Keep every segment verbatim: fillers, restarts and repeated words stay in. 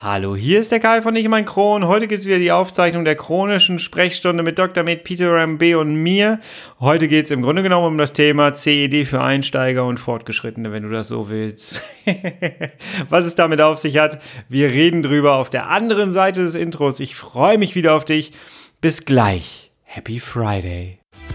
Hallo, hier ist der Kai von Ich mein Kron. Heute gibt es wieder die Aufzeichnung der chronischen Sprechstunde mit Doktor Med Peter M B und mir. Heute geht es im Grunde genommen um das Thema C E D für Einsteiger und Fortgeschrittene, wenn du das so willst. Was es damit auf sich hat, wir reden drüber auf der anderen Seite des Intros. Ich freue mich wieder auf dich. Bis gleich. Happy Friday.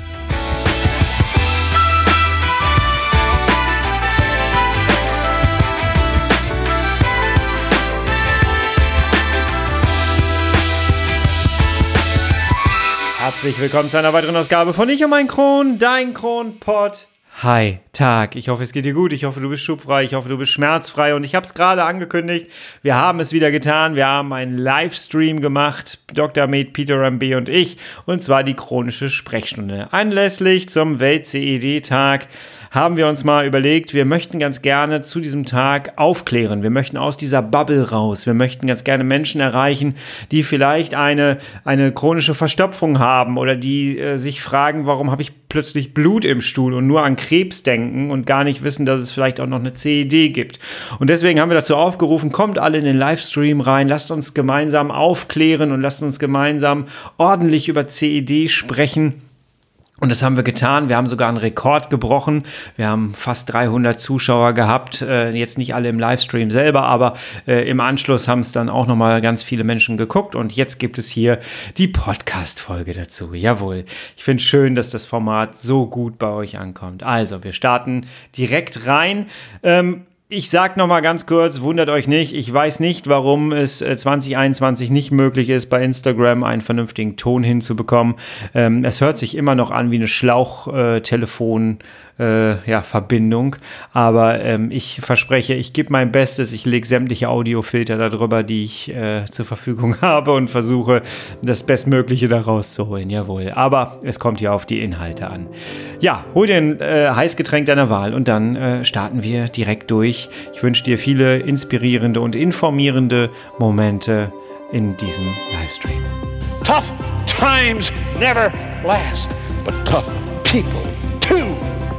Herzlich willkommen zu einer weiteren Ausgabe von Ich und mein Kron, dein Kronpott. Hi, Tag. Ich hoffe, es geht dir gut. Ich hoffe, du bist schubfrei. Ich hoffe, du bist schmerzfrei. Und ich habe es gerade angekündigt. Wir haben es wieder getan. Wir haben einen Livestream gemacht. Doktor Med, Peter M B und ich. Und zwar die chronische Sprechstunde. Anlässlich zum Welt-C E D-Tag haben wir uns mal überlegt, wir möchten ganz gerne zu diesem Tag aufklären. Wir möchten aus dieser Bubble raus. Wir möchten ganz gerne Menschen erreichen, die vielleicht eine, eine chronische Verstopfung haben oder die äh, sich fragen, warum habe ich plötzlich Blut im Stuhl und nur an Krebs denken und gar nicht wissen, dass es vielleicht auch noch eine C E D gibt. Und deswegen haben wir dazu aufgerufen, kommt alle in den Livestream rein, lasst uns gemeinsam aufklären und lasst uns gemeinsam ordentlich über C E D sprechen. Und das haben wir getan. Wir haben sogar einen Rekord gebrochen. Wir haben fast dreihundert Zuschauer gehabt. Äh, jetzt nicht alle im Livestream selber, aber äh, im Anschluss haben es dann auch nochmal ganz viele Menschen geguckt. Und jetzt gibt es hier die Podcast-Folge dazu. Jawohl. Ich finde es schön, dass das Format so gut bei euch ankommt. Also, wir starten direkt rein. Ähm, Ich sag noch mal ganz kurz, wundert euch nicht, ich weiß nicht, warum es zwanzig einundzwanzig nicht möglich ist, bei Instagram einen vernünftigen Ton hinzubekommen. Ähm, es hört sich immer noch an wie eine Schlauchtelefon, äh, ja, Verbindung, aber ähm, ich verspreche, ich gebe mein Bestes, ich lege sämtliche Audiofilter darüber, die ich äh, zur Verfügung habe und versuche, das Bestmögliche da rauszuholen, jawohl. Aber es kommt ja auf die Inhalte an. Ja, hol dir ein äh, Heißgetränk deiner Wahl und dann äh, starten wir direkt durch. Ich wünsche dir viele inspirierende und informierende Momente in diesem Livestream. Tough times never last, but tough people too.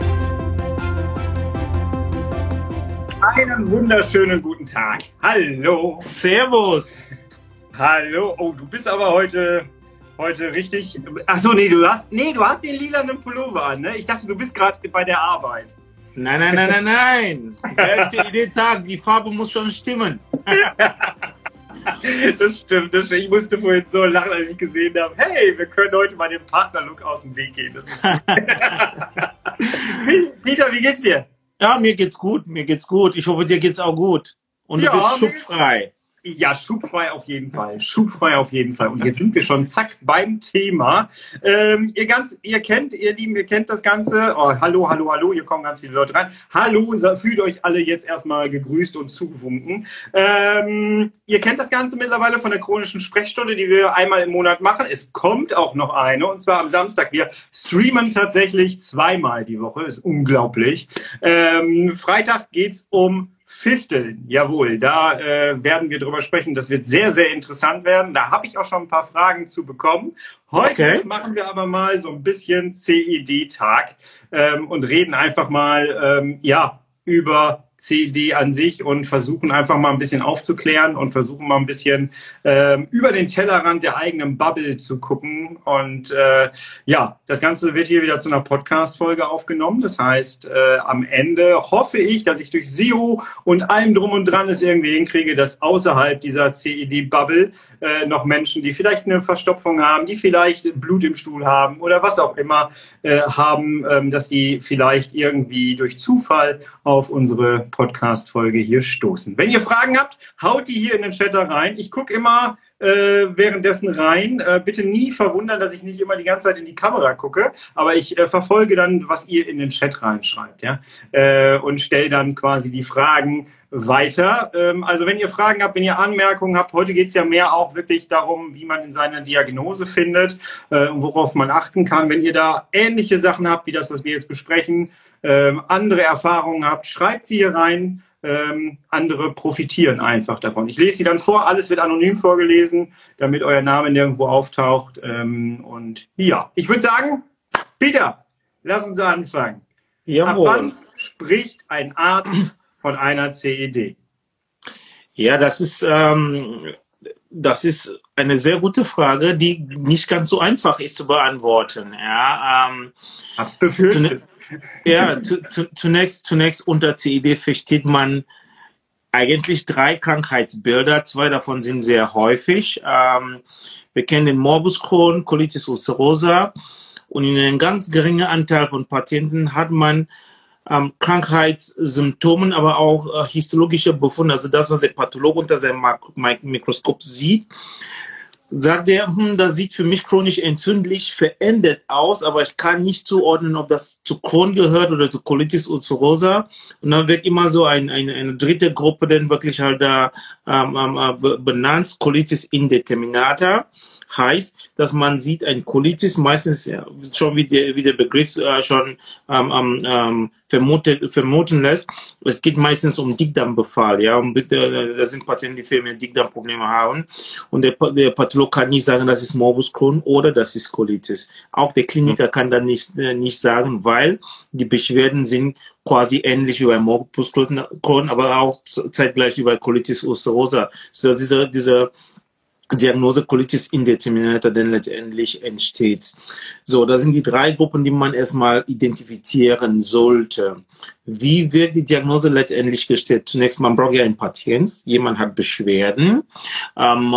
Einen wunderschönen guten Tag. Hallo. Servus. Hallo. Oh, du bist aber heute, heute richtig... Achso, nee, du hast, nee, du hast den lilanen Pullover an, ne? Ich dachte, du bist gerade bei der Arbeit. Nein, nein, nein, nein, nein. Der C E D-Tag, die Farbe muss schon stimmen. Das stimmt, das stimmt. Ich musste vorhin so lachen, als ich gesehen habe, hey, wir können heute mal den Partnerlook aus dem Weg gehen. Das ist Peter, wie geht's dir? Ja, mir geht's gut, mir geht's gut. Ich hoffe, dir geht's auch gut. Und ja, du bist schubfrei. Ja, schubfrei auf jeden Fall. Schubfrei auf jeden Fall. Und jetzt sind wir schon zack beim Thema. Ähm, ihr ganz, ihr kennt, ihr Lieben, ihr kennt das Ganze. Oh, hallo, hallo, hallo. Hier kommen ganz viele Leute rein. Hallo, fühlt euch alle jetzt erstmal gegrüßt und zugewunken. Ähm, ihr kennt das Ganze mittlerweile von der chronischen Sprechstunde, die wir einmal im Monat machen. Es kommt auch noch eine, und zwar am Samstag. Wir streamen tatsächlich zweimal die Woche. Ist unglaublich. Ähm, Freitag geht's um Fisteln, jawohl, da äh, werden wir drüber sprechen. Das wird sehr, sehr interessant werden. Da habe ich auch schon ein paar Fragen zu bekommen. Heute okay. machen wir aber mal so ein bisschen C E D-Tag ähm, und reden einfach mal ähm, ja über C E D an sich und versuchen einfach mal ein bisschen aufzuklären und versuchen mal ein bisschen ähm, über den Tellerrand der eigenen Bubble zu gucken. Und äh, ja, das Ganze wird hier wieder zu einer Podcast-Folge aufgenommen. Das heißt, äh, am Ende hoffe ich, dass ich durch S E O und allem drum und dran es irgendwie hinkriege, dass außerhalb dieser C E D-Bubble äh, noch Menschen, die vielleicht eine Verstopfung haben, die vielleicht Blut im Stuhl haben oder was auch immer äh, haben, ähm, dass die vielleicht irgendwie durch Zufall auf unsere Podcast-Folge hier stoßen. Wenn ihr Fragen habt, haut die hier in den Chat da rein. Ich gucke immer äh, währenddessen rein. Äh, bitte nie verwundern, dass ich nicht immer die ganze Zeit in die Kamera gucke, aber ich äh, verfolge dann, was ihr in den Chat reinschreibt, ja, äh, und stelle dann quasi die Fragen weiter. Ähm, also wenn ihr Fragen habt, wenn ihr Anmerkungen habt, heute geht es ja mehr auch wirklich darum, wie man in seiner Diagnose findet äh, und worauf man achten kann. Wenn ihr da ähnliche Sachen habt, wie das, was wir jetzt besprechen, ähm, andere Erfahrungen habt, schreibt sie hier rein. Ähm, andere profitieren einfach davon. Ich lese sie dann vor, alles wird anonym vorgelesen, damit euer Name nirgendwo auftaucht. Ähm, und ja, ich würde sagen, Peter, lass uns anfangen. Jawohl. Ab wann spricht ein Arzt von einer C E D? Ja, das ist, ähm, das ist eine sehr gute Frage, die nicht ganz so einfach ist zu beantworten. Ja, ähm, Hab's befürchtet. Ja, zu, zu, zunächst, zunächst unter C I D versteht man eigentlich drei Krankheitsbilder. Zwei davon sind sehr häufig. Ähm, wir kennen den Morbus Crohn, Colitis ulcerosa. Und in einem ganz geringen Anteil von Patienten hat man ähm, Krankheitssymptomen, aber auch äh, histologische Befunde, also das, was der Pathologe unter seinem Mak- Mikroskop sieht. Sagt er, hm, das sieht für mich chronisch entzündlich verändert aus, aber ich kann nicht zuordnen, ob das zu Crohn gehört oder zu Colitis ulcerosa. Und dann wird immer so ein, eine, eine dritte Gruppe dann wirklich halt da ähm, ähm, benannt, Colitis indeterminata. Heißt, dass man sieht, ein Colitis meistens ja, schon wie der, wie der Begriff äh, schon ähm, ähm, vermutet, vermuten lässt. Es geht meistens um Dickdarmbefall, ja, und bitte, da sind Patienten, die viel mehr Dickdarmprobleme haben. Und der, der Pathologe kann nicht sagen, das ist Morbus Crohn oder das ist Colitis. Auch der Kliniker kann dann nicht, äh, nicht sagen, weil die Beschwerden sind quasi ähnlich wie bei Morbus Crohn, aber auch zeitgleich wie bei Colitis ulcerosa. So, dass diese, diese Diagnose Colitis indeterminata denn letztendlich entsteht. So, das sind die drei Gruppen, die man erstmal identifizieren sollte. Wie wird die Diagnose letztendlich gestellt? Zunächst, man braucht ja einen Patient, jemand hat Beschwerden. Ähm,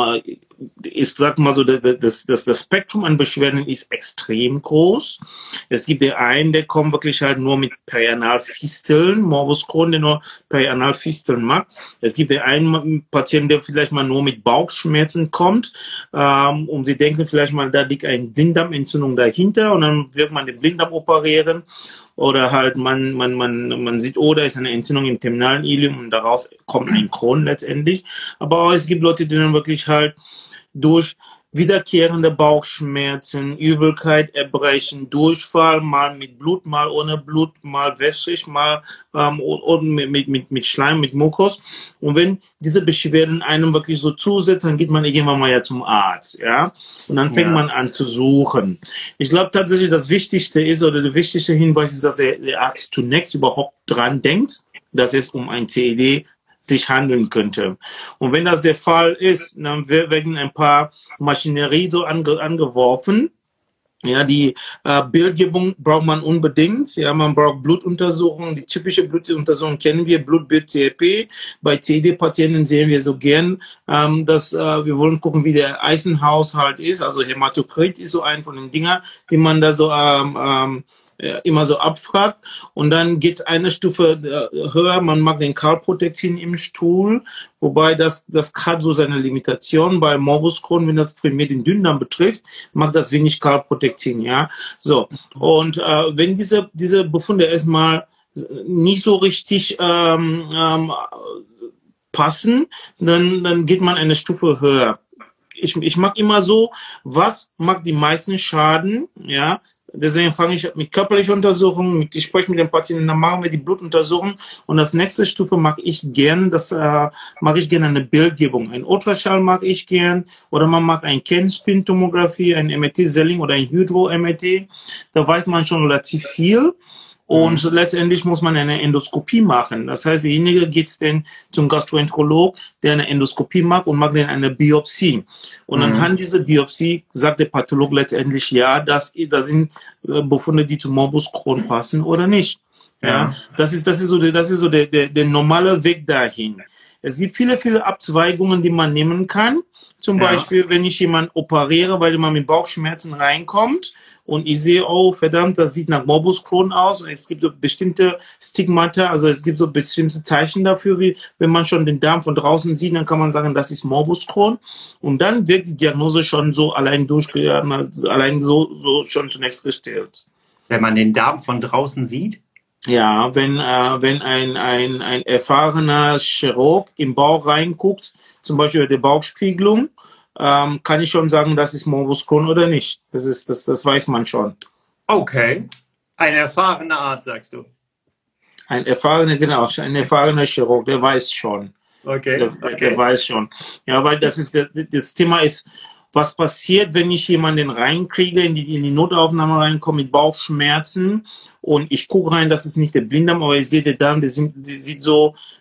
ich sag mal so, das, das, das Spektrum an Beschwerden ist extrem groß. Es gibt den einen, der kommt wirklich halt nur mit Perianalfisteln, Morbus Crohn, der nur Perianalfisteln macht. Es gibt den einen Patienten, der vielleicht mal nur mit Bauchschmerzen kommt, ähm, und sie denken vielleicht mal, da liegt eine Blinddarmentzündung dahinter und dann wird man den Blinddarm operieren. Oder halt man, man, man, man sieht, oh, da ist eine Entzündung im terminalen Ileum und daraus kommt ein Crohn letztendlich. Aber auch es gibt Leute, die dann wirklich halt durch wiederkehrende Bauchschmerzen, Übelkeit, Erbrechen, Durchfall, mal mit Blut, mal ohne Blut, mal wässrig, mal ähm, und mit, mit, mit Schleim, mit Mukus. Und wenn diese Beschwerden einem wirklich so zusetzen, dann geht man irgendwann mal ja zum Arzt, ja. Und dann fängt ja. man an zu suchen. Ich glaube tatsächlich, das Wichtigste ist, oder der wichtigste Hinweis ist, dass der, der Arzt zunächst überhaupt dran denkt, dass es um ein C I D sich handeln könnte. Und wenn das der Fall ist, dann werden ein paar Maschinerie so ange, angeworfen. Ja, die äh, Bildgebung braucht man unbedingt. Ja, man braucht Blutuntersuchungen. Die typische Blutuntersuchung kennen wir, Blutbild C R P. Bei C I D-Patienten sehen wir so gern, ähm, dass äh, wir wollen gucken, wie der Eisenhaushalt ist. Also Hämatokrit ist so ein von den Dinger, die man da so ähm, ähm, immer so abfragt. Und dann geht eine Stufe äh, höher, man mag den Calprotectin im Stuhl, wobei das das hat so seine Limitation. Bei Morbus Crohn, wenn das primär den Dünndarm betrifft, mag das wenig Calprotectin, ja. So, und äh, wenn diese diese Befunde erstmal nicht so richtig ähm, ähm, passen, dann dann geht man eine Stufe höher. Ich, ich mag immer so, was macht die meisten Schaden, ja. Deswegen fange ich mit körperlichen Untersuchungen, mit, ich spreche mit dem Patienten, dann machen wir die Blutuntersuchung und das nächste Stufe mache ich gern, das äh, mache ich gerne eine Bildgebung. Ein Ultraschall mag ich gern oder man mag ein Kernspintomographie, ein M R T-Selling oder ein Hydro-M R T. Da weiß man schon relativ viel. Und mhm. letztendlich muss man eine Endoskopie machen. Das heißt, derjenige geht dann zum Gastroenterolog, der eine Endoskopie macht und macht dann eine Biopsie. Und mhm. anhand dieser Biopsie sagt der Pathologe letztendlich, ja, das, das sind Befunde, die zu Morbus Crohn passen oder nicht. Ja, ja. das ist, das ist so, der, das ist so der, der, der normale Weg dahin. Es gibt viele, viele Abzweigungen, die man nehmen kann. Zum ja. Beispiel, wenn ich jemanden operiere, weil jemand mit Bauchschmerzen reinkommt und ich sehe, oh verdammt, das sieht nach Morbus Crohn aus und es gibt so bestimmte Stigmata, also es gibt so bestimmte Zeichen dafür, wie wenn man schon den Darm von draußen sieht, dann kann man sagen, das ist Morbus Crohn und dann wird die Diagnose schon so allein durch, allein so, so schon zunächst gestellt. Wenn man den Darm von draußen sieht? Ja, wenn, äh, wenn ein, ein, ein erfahrener Chirurg im Bauch reinguckt, zum Beispiel der Bauchspiegelung, ähm, kann ich schon sagen, das ist Morbus Crohn oder nicht. Das ist, das, das weiß man schon. Okay. Ein erfahrener Arzt, sagst du? Ein erfahrener, genau, ein erfahrener Chirurg, der weiß schon. Okay. Der, okay. der weiß schon. Ja, weil das ist, das Thema ist, was passiert, wenn ich jemanden reinkriege, in die, in die Notaufnahme reinkomme mit Bauchschmerzen und ich gucke rein, das ist nicht der Blinddarm, aber ich sehe, der Darm, der, sind, der sieht so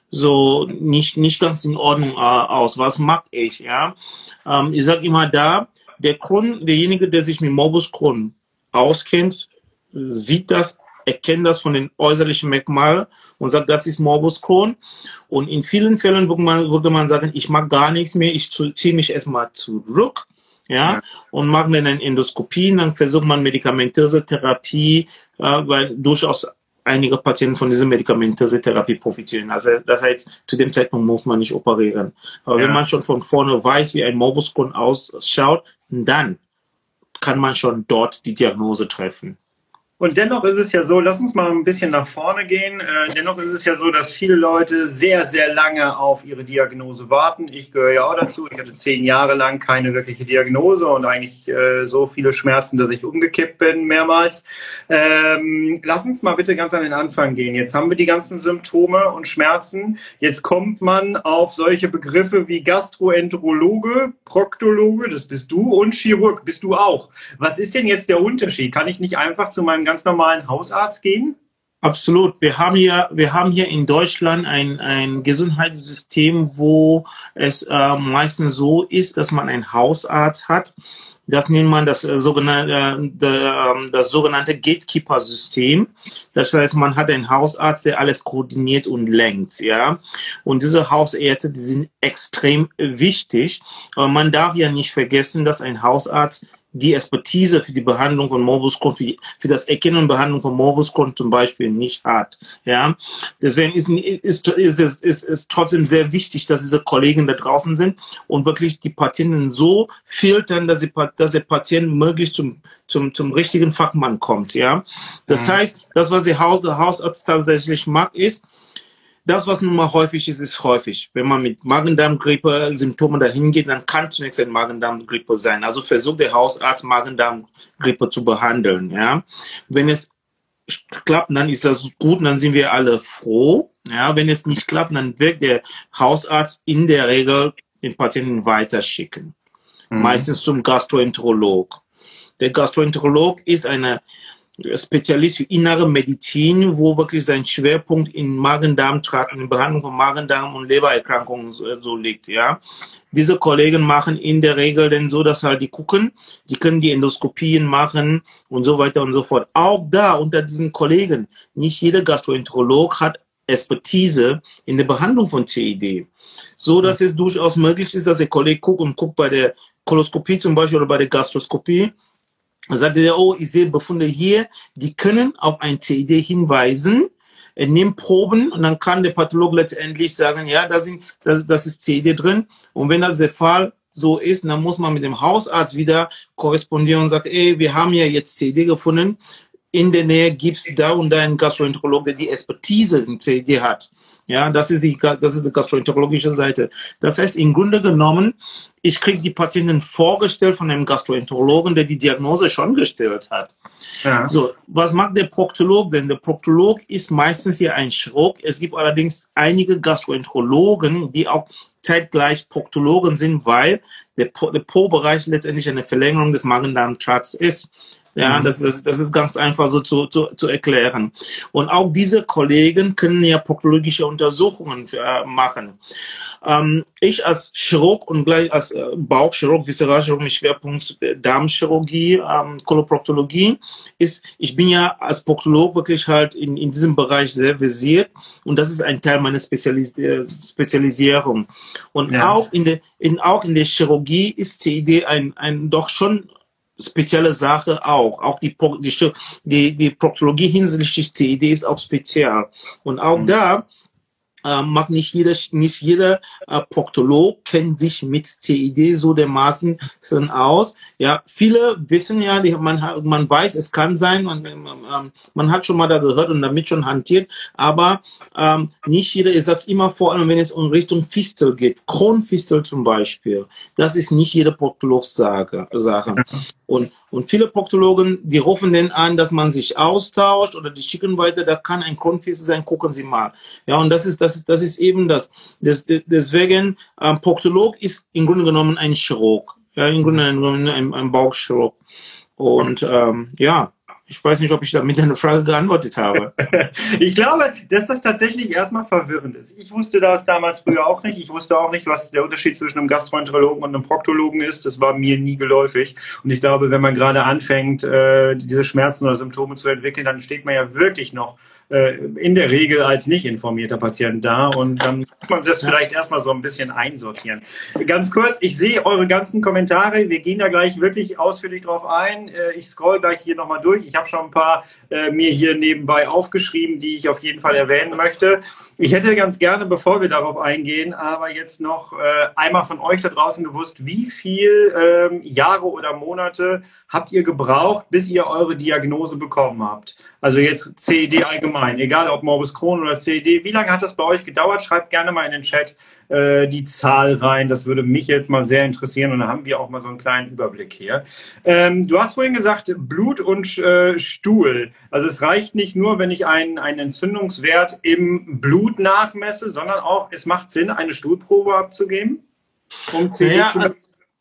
so nicht, nicht ganz in Ordnung äh, aus. Was mag ich, ja? Ähm, ich sage immer da, der Crohn, derjenige, der sich mit Morbus Crohn auskennt, sieht das, erkennt das von den äußerlichen Merkmalen und sagt, das ist Morbus Crohn. Und in vielen Fällen würde man, würde man sagen, ich mag gar nichts mehr, ich ziehe mich erstmal zurück, ja, ja, und mache dann eine Endoskopie, dann versucht man medikamentöse Therapie, äh, weil durchaus einige Patienten von dieser medikamentösen Therapie profitieren. Also das heißt, zu dem Zeitpunkt muss man nicht operieren. Aber ja, wenn man schon von vorne weiß, wie ein Morbus Crohn ausschaut, dann kann man schon dort die Diagnose treffen. Und dennoch ist es ja so, lass uns mal ein bisschen nach vorne gehen, äh, dennoch ist es ja so, dass viele Leute sehr, sehr lange auf ihre Diagnose warten. Ich gehöre ja auch dazu. Ich hatte zehn Jahre lang keine wirkliche Diagnose und eigentlich äh, so viele Schmerzen, dass ich umgekippt bin mehrmals. Ähm, lass uns mal bitte ganz an den Anfang gehen. Jetzt haben wir die ganzen Symptome und Schmerzen. Jetzt kommt man auf solche Begriffe wie Gastroenterologe, Proktologe, das bist du, und Chirurg bist du auch. Was ist denn jetzt der Unterschied? Kann ich nicht einfach zu meinem ganz normalen Hausarzt gehen? Absolut. Wir haben hier, wir haben hier in Deutschland ein, ein Gesundheitssystem, wo es äh, meistens so ist, dass man einen Hausarzt hat. Das nennt man das äh, sogenannte, äh, das sogenannte Gatekeeper-System. Das heißt, man hat einen Hausarzt, der alles koordiniert und lenkt, ja. Und diese Hausärzte, die sind extrem wichtig. Aber man darf ja nicht vergessen, dass ein Hausarzt die Expertise für die Behandlung von Morbus Crohn, für, die, für das Erkennen und Behandlung von Morbus Crohn zum Beispiel nicht hat. Ja, deswegen ist, ist, ist, ist, ist, ist trotzdem sehr wichtig, dass diese Kollegen da draußen sind und wirklich die Patienten so filtern, dass, sie, dass der Patient möglichst zum, zum, zum richtigen Fachmann kommt. Ja, das mhm. heißt, das, was der, Haus, der Hausarzt tatsächlich macht, ist, das, was nun mal häufig ist, ist häufig. Wenn man mit Magen-Darm-Grippe-Symptomen dahin geht, dann kann zunächst ein Magen-Darm-Grippe sein. Also versucht der Hausarzt, Magen-Darm-Grippe zu behandeln. Ja, wenn es klappt, dann ist das gut, dann sind wir alle froh. Ja, wenn es nicht klappt, dann wird der Hausarzt in der Regel den Patienten weiterschicken. Mhm. Meistens zum Gastroenterolog. Der Gastroenterolog ist eine Spezialist für innere Medizin, wo wirklich sein Schwerpunkt in Magen-Darm-Trakt, in der Behandlung von Magen-Darm- und Lebererkrankungen so, so liegt, ja. Diese Kollegen machen in der Regel denn so, dass halt die gucken, die können die Endoskopien machen und so weiter und so fort. Auch da unter diesen Kollegen, nicht jeder Gastroenterolog hat Expertise in der Behandlung von C I D. So, dass es durchaus möglich ist, dass der Kollege guckt und guckt bei der Koloskopie zum Beispiel oder bei der Gastroskopie. Da sagte er, oh, ich sehe Befunde hier, die können auf ein C I D hinweisen. Er nimmt Proben und dann kann der Pathologe letztendlich sagen, ja, da sind, das, das ist C I D drin. Und wenn das der Fall so ist, dann muss man mit dem Hausarzt wieder korrespondieren und sagen, ey, wir haben ja jetzt C I D gefunden. In der Nähe gibt es da und da einen Gastroenterolog, der die Expertise in C I D hat. Ja, das ist die, das ist die gastroenterologische Seite. Das heißt, im Grunde genommen, ich kriege die Patienten vorgestellt von einem Gastroenterologen, der die Diagnose schon gestellt hat. Ja. So, was macht der Proktolog denn? Der Proktolog ist meistens hier ein Chirurg. Es gibt allerdings einige Gastroenterologen, die auch zeitgleich Proktologen sind, weil der, der Po-Bereich letztendlich eine Verlängerung des Magen-Darm-Trakts ist. Ja, das ist, das ist ganz einfach so zu, zu, zu erklären. Und auch diese Kollegen können ja proktologische Untersuchungen äh, machen. Ähm, ich als Chirurg und gleich als äh, Bauchchirurg, Viszeralchirurg mit Schwerpunkt Darmchirurgie, ähm, Koloproktologie, ist, ich bin ja als Proktolog wirklich halt in, in diesem Bereich sehr versiert und das ist ein Teil meiner Spezialis äh, Spezialisierung. Und ja. auch in der, in, auch in der Chirurgie ist C I D ein, ein doch schon spezielle Sache auch. Auch die, die, die, die Proktologie hinsichtlich C I D ist auch speziell. Und auch mhm. da äh, mag nicht jeder, nicht jeder äh, Proktolog kennt sich mit C I D so dermaßen aus. Ja, viele wissen ja, die, man, man weiß, es kann sein, man, ähm, man hat schon mal da gehört und damit schon hantiert, aber ähm, nicht jeder, ich sag's immer vor allem, wenn es um Richtung Fistel geht, Kronfistel zum Beispiel, das ist nicht jeder Proktologs Sache. Sache. Und, und viele Proktologen, die rufen dann an, dass man sich austauscht oder die schicken weiter, da kann ein Kronfistel sein, gucken Sie mal. Ja, und das ist, das ist, das ist eben das. das deswegen, ähm, Proktolog ist im Grunde genommen ein Chirurg. Ja, im Grunde genommen ein, ein Bauchchirurg. Und, ähm, ja, Ich weiß nicht, ob ich damit eine Frage geantwortet habe. Ich glaube, dass das tatsächlich erstmal verwirrend ist. Ich wusste das damals früher auch nicht. Ich wusste auch nicht, was der Unterschied zwischen einem Gastroenterologen und einem Proktologen ist. Das war mir nie geläufig. Und ich glaube, wenn man gerade anfängt, äh, diese Schmerzen oder Symptome zu entwickeln, dann steht man ja wirklich noch in der Regel als nicht informierter Patient da und dann muss man das vielleicht erstmal so ein bisschen einsortieren. Ganz kurz, ich sehe eure ganzen Kommentare, wir gehen da gleich wirklich ausführlich drauf ein. Ich scroll gleich hier nochmal durch. Ich habe schon ein paar äh, mir hier nebenbei aufgeschrieben, die ich auf jeden Fall erwähnen möchte. Ich hätte ganz gerne, bevor wir darauf eingehen, aber jetzt noch äh, einmal von euch da draußen gewusst, wie viel äh, Jahre oder Monate habt ihr gebraucht, bis ihr eure Diagnose bekommen habt? Also jetzt C E D allgemein, egal ob Morbus Crohn oder C E D. Wie lange hat das bei euch gedauert? Schreibt gerne mal in den Chat äh, die Zahl rein. Das würde mich jetzt mal sehr interessieren und dann haben wir auch mal so einen kleinen Überblick hier. Ähm, du hast vorhin gesagt, Blut und äh, Stuhl. Also es reicht nicht nur, wenn ich einen, einen Entzündungswert im Blut nachmesse, sondern auch, es macht Sinn, eine Stuhlprobe abzugeben, um C E D ja, zu also,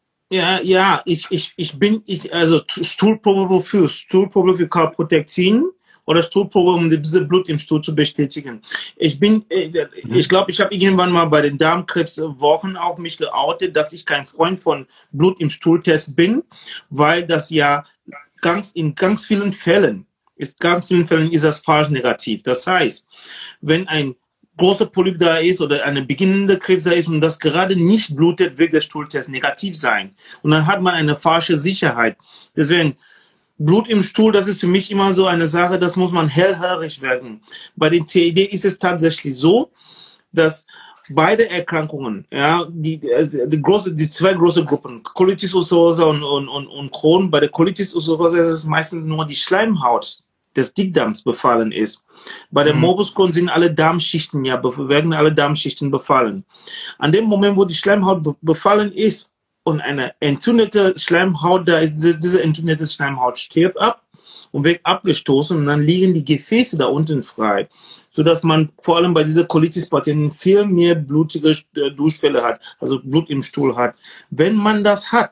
ja, ja, ich, ich, ich bin, ich, also Stuhlprobe wofür? Stuhlprobe für Kalprotektin oder Stuhlprobe, um diese Blut im Stuhl zu bestätigen. Ich bin, ich glaube, ich habe irgendwann mal bei den Darmkrebswochen auch mich geoutet, dass ich kein Freund von Blut im Stuhltest bin, weil das ja ganz, in ganz vielen Fällen, ist ganz vielen Fällen ist das falsch negativ. Das heißt, wenn ein großer Polyp da ist oder eine beginnende Krebs da ist und das gerade nicht blutet, wird der Stuhltest negativ sein. Und dann hat man eine falsche Sicherheit. Deswegen, Blut im Stuhl, das ist für mich immer so eine Sache, das muss man hellhörig werden. Bei den C E D ist es tatsächlich so, dass beide Erkrankungen, ja, die, die, große, die zwei große Gruppen, Colitis ulcerosa und, und, und, und Crohn, bei der Colitis ulcerosa ist es meistens nur die Schleimhaut des Dickdarms befallen ist. Bei der mhm. Morbus Crohn sind alle Darmschichten, ja, werden alle Darmschichten befallen. An dem Moment, wo die Schleimhaut be befallen ist und eine entzündete Schleimhaut da ist, diese, diese entzündete Schleimhaut stirbt ab und wird abgestoßen und dann liegen die Gefäße da unten frei, sodass man vor allem bei dieser Colitis-Patienten viel mehr blutige Durchfälle hat, also Blut im Stuhl hat. Wenn man das hat,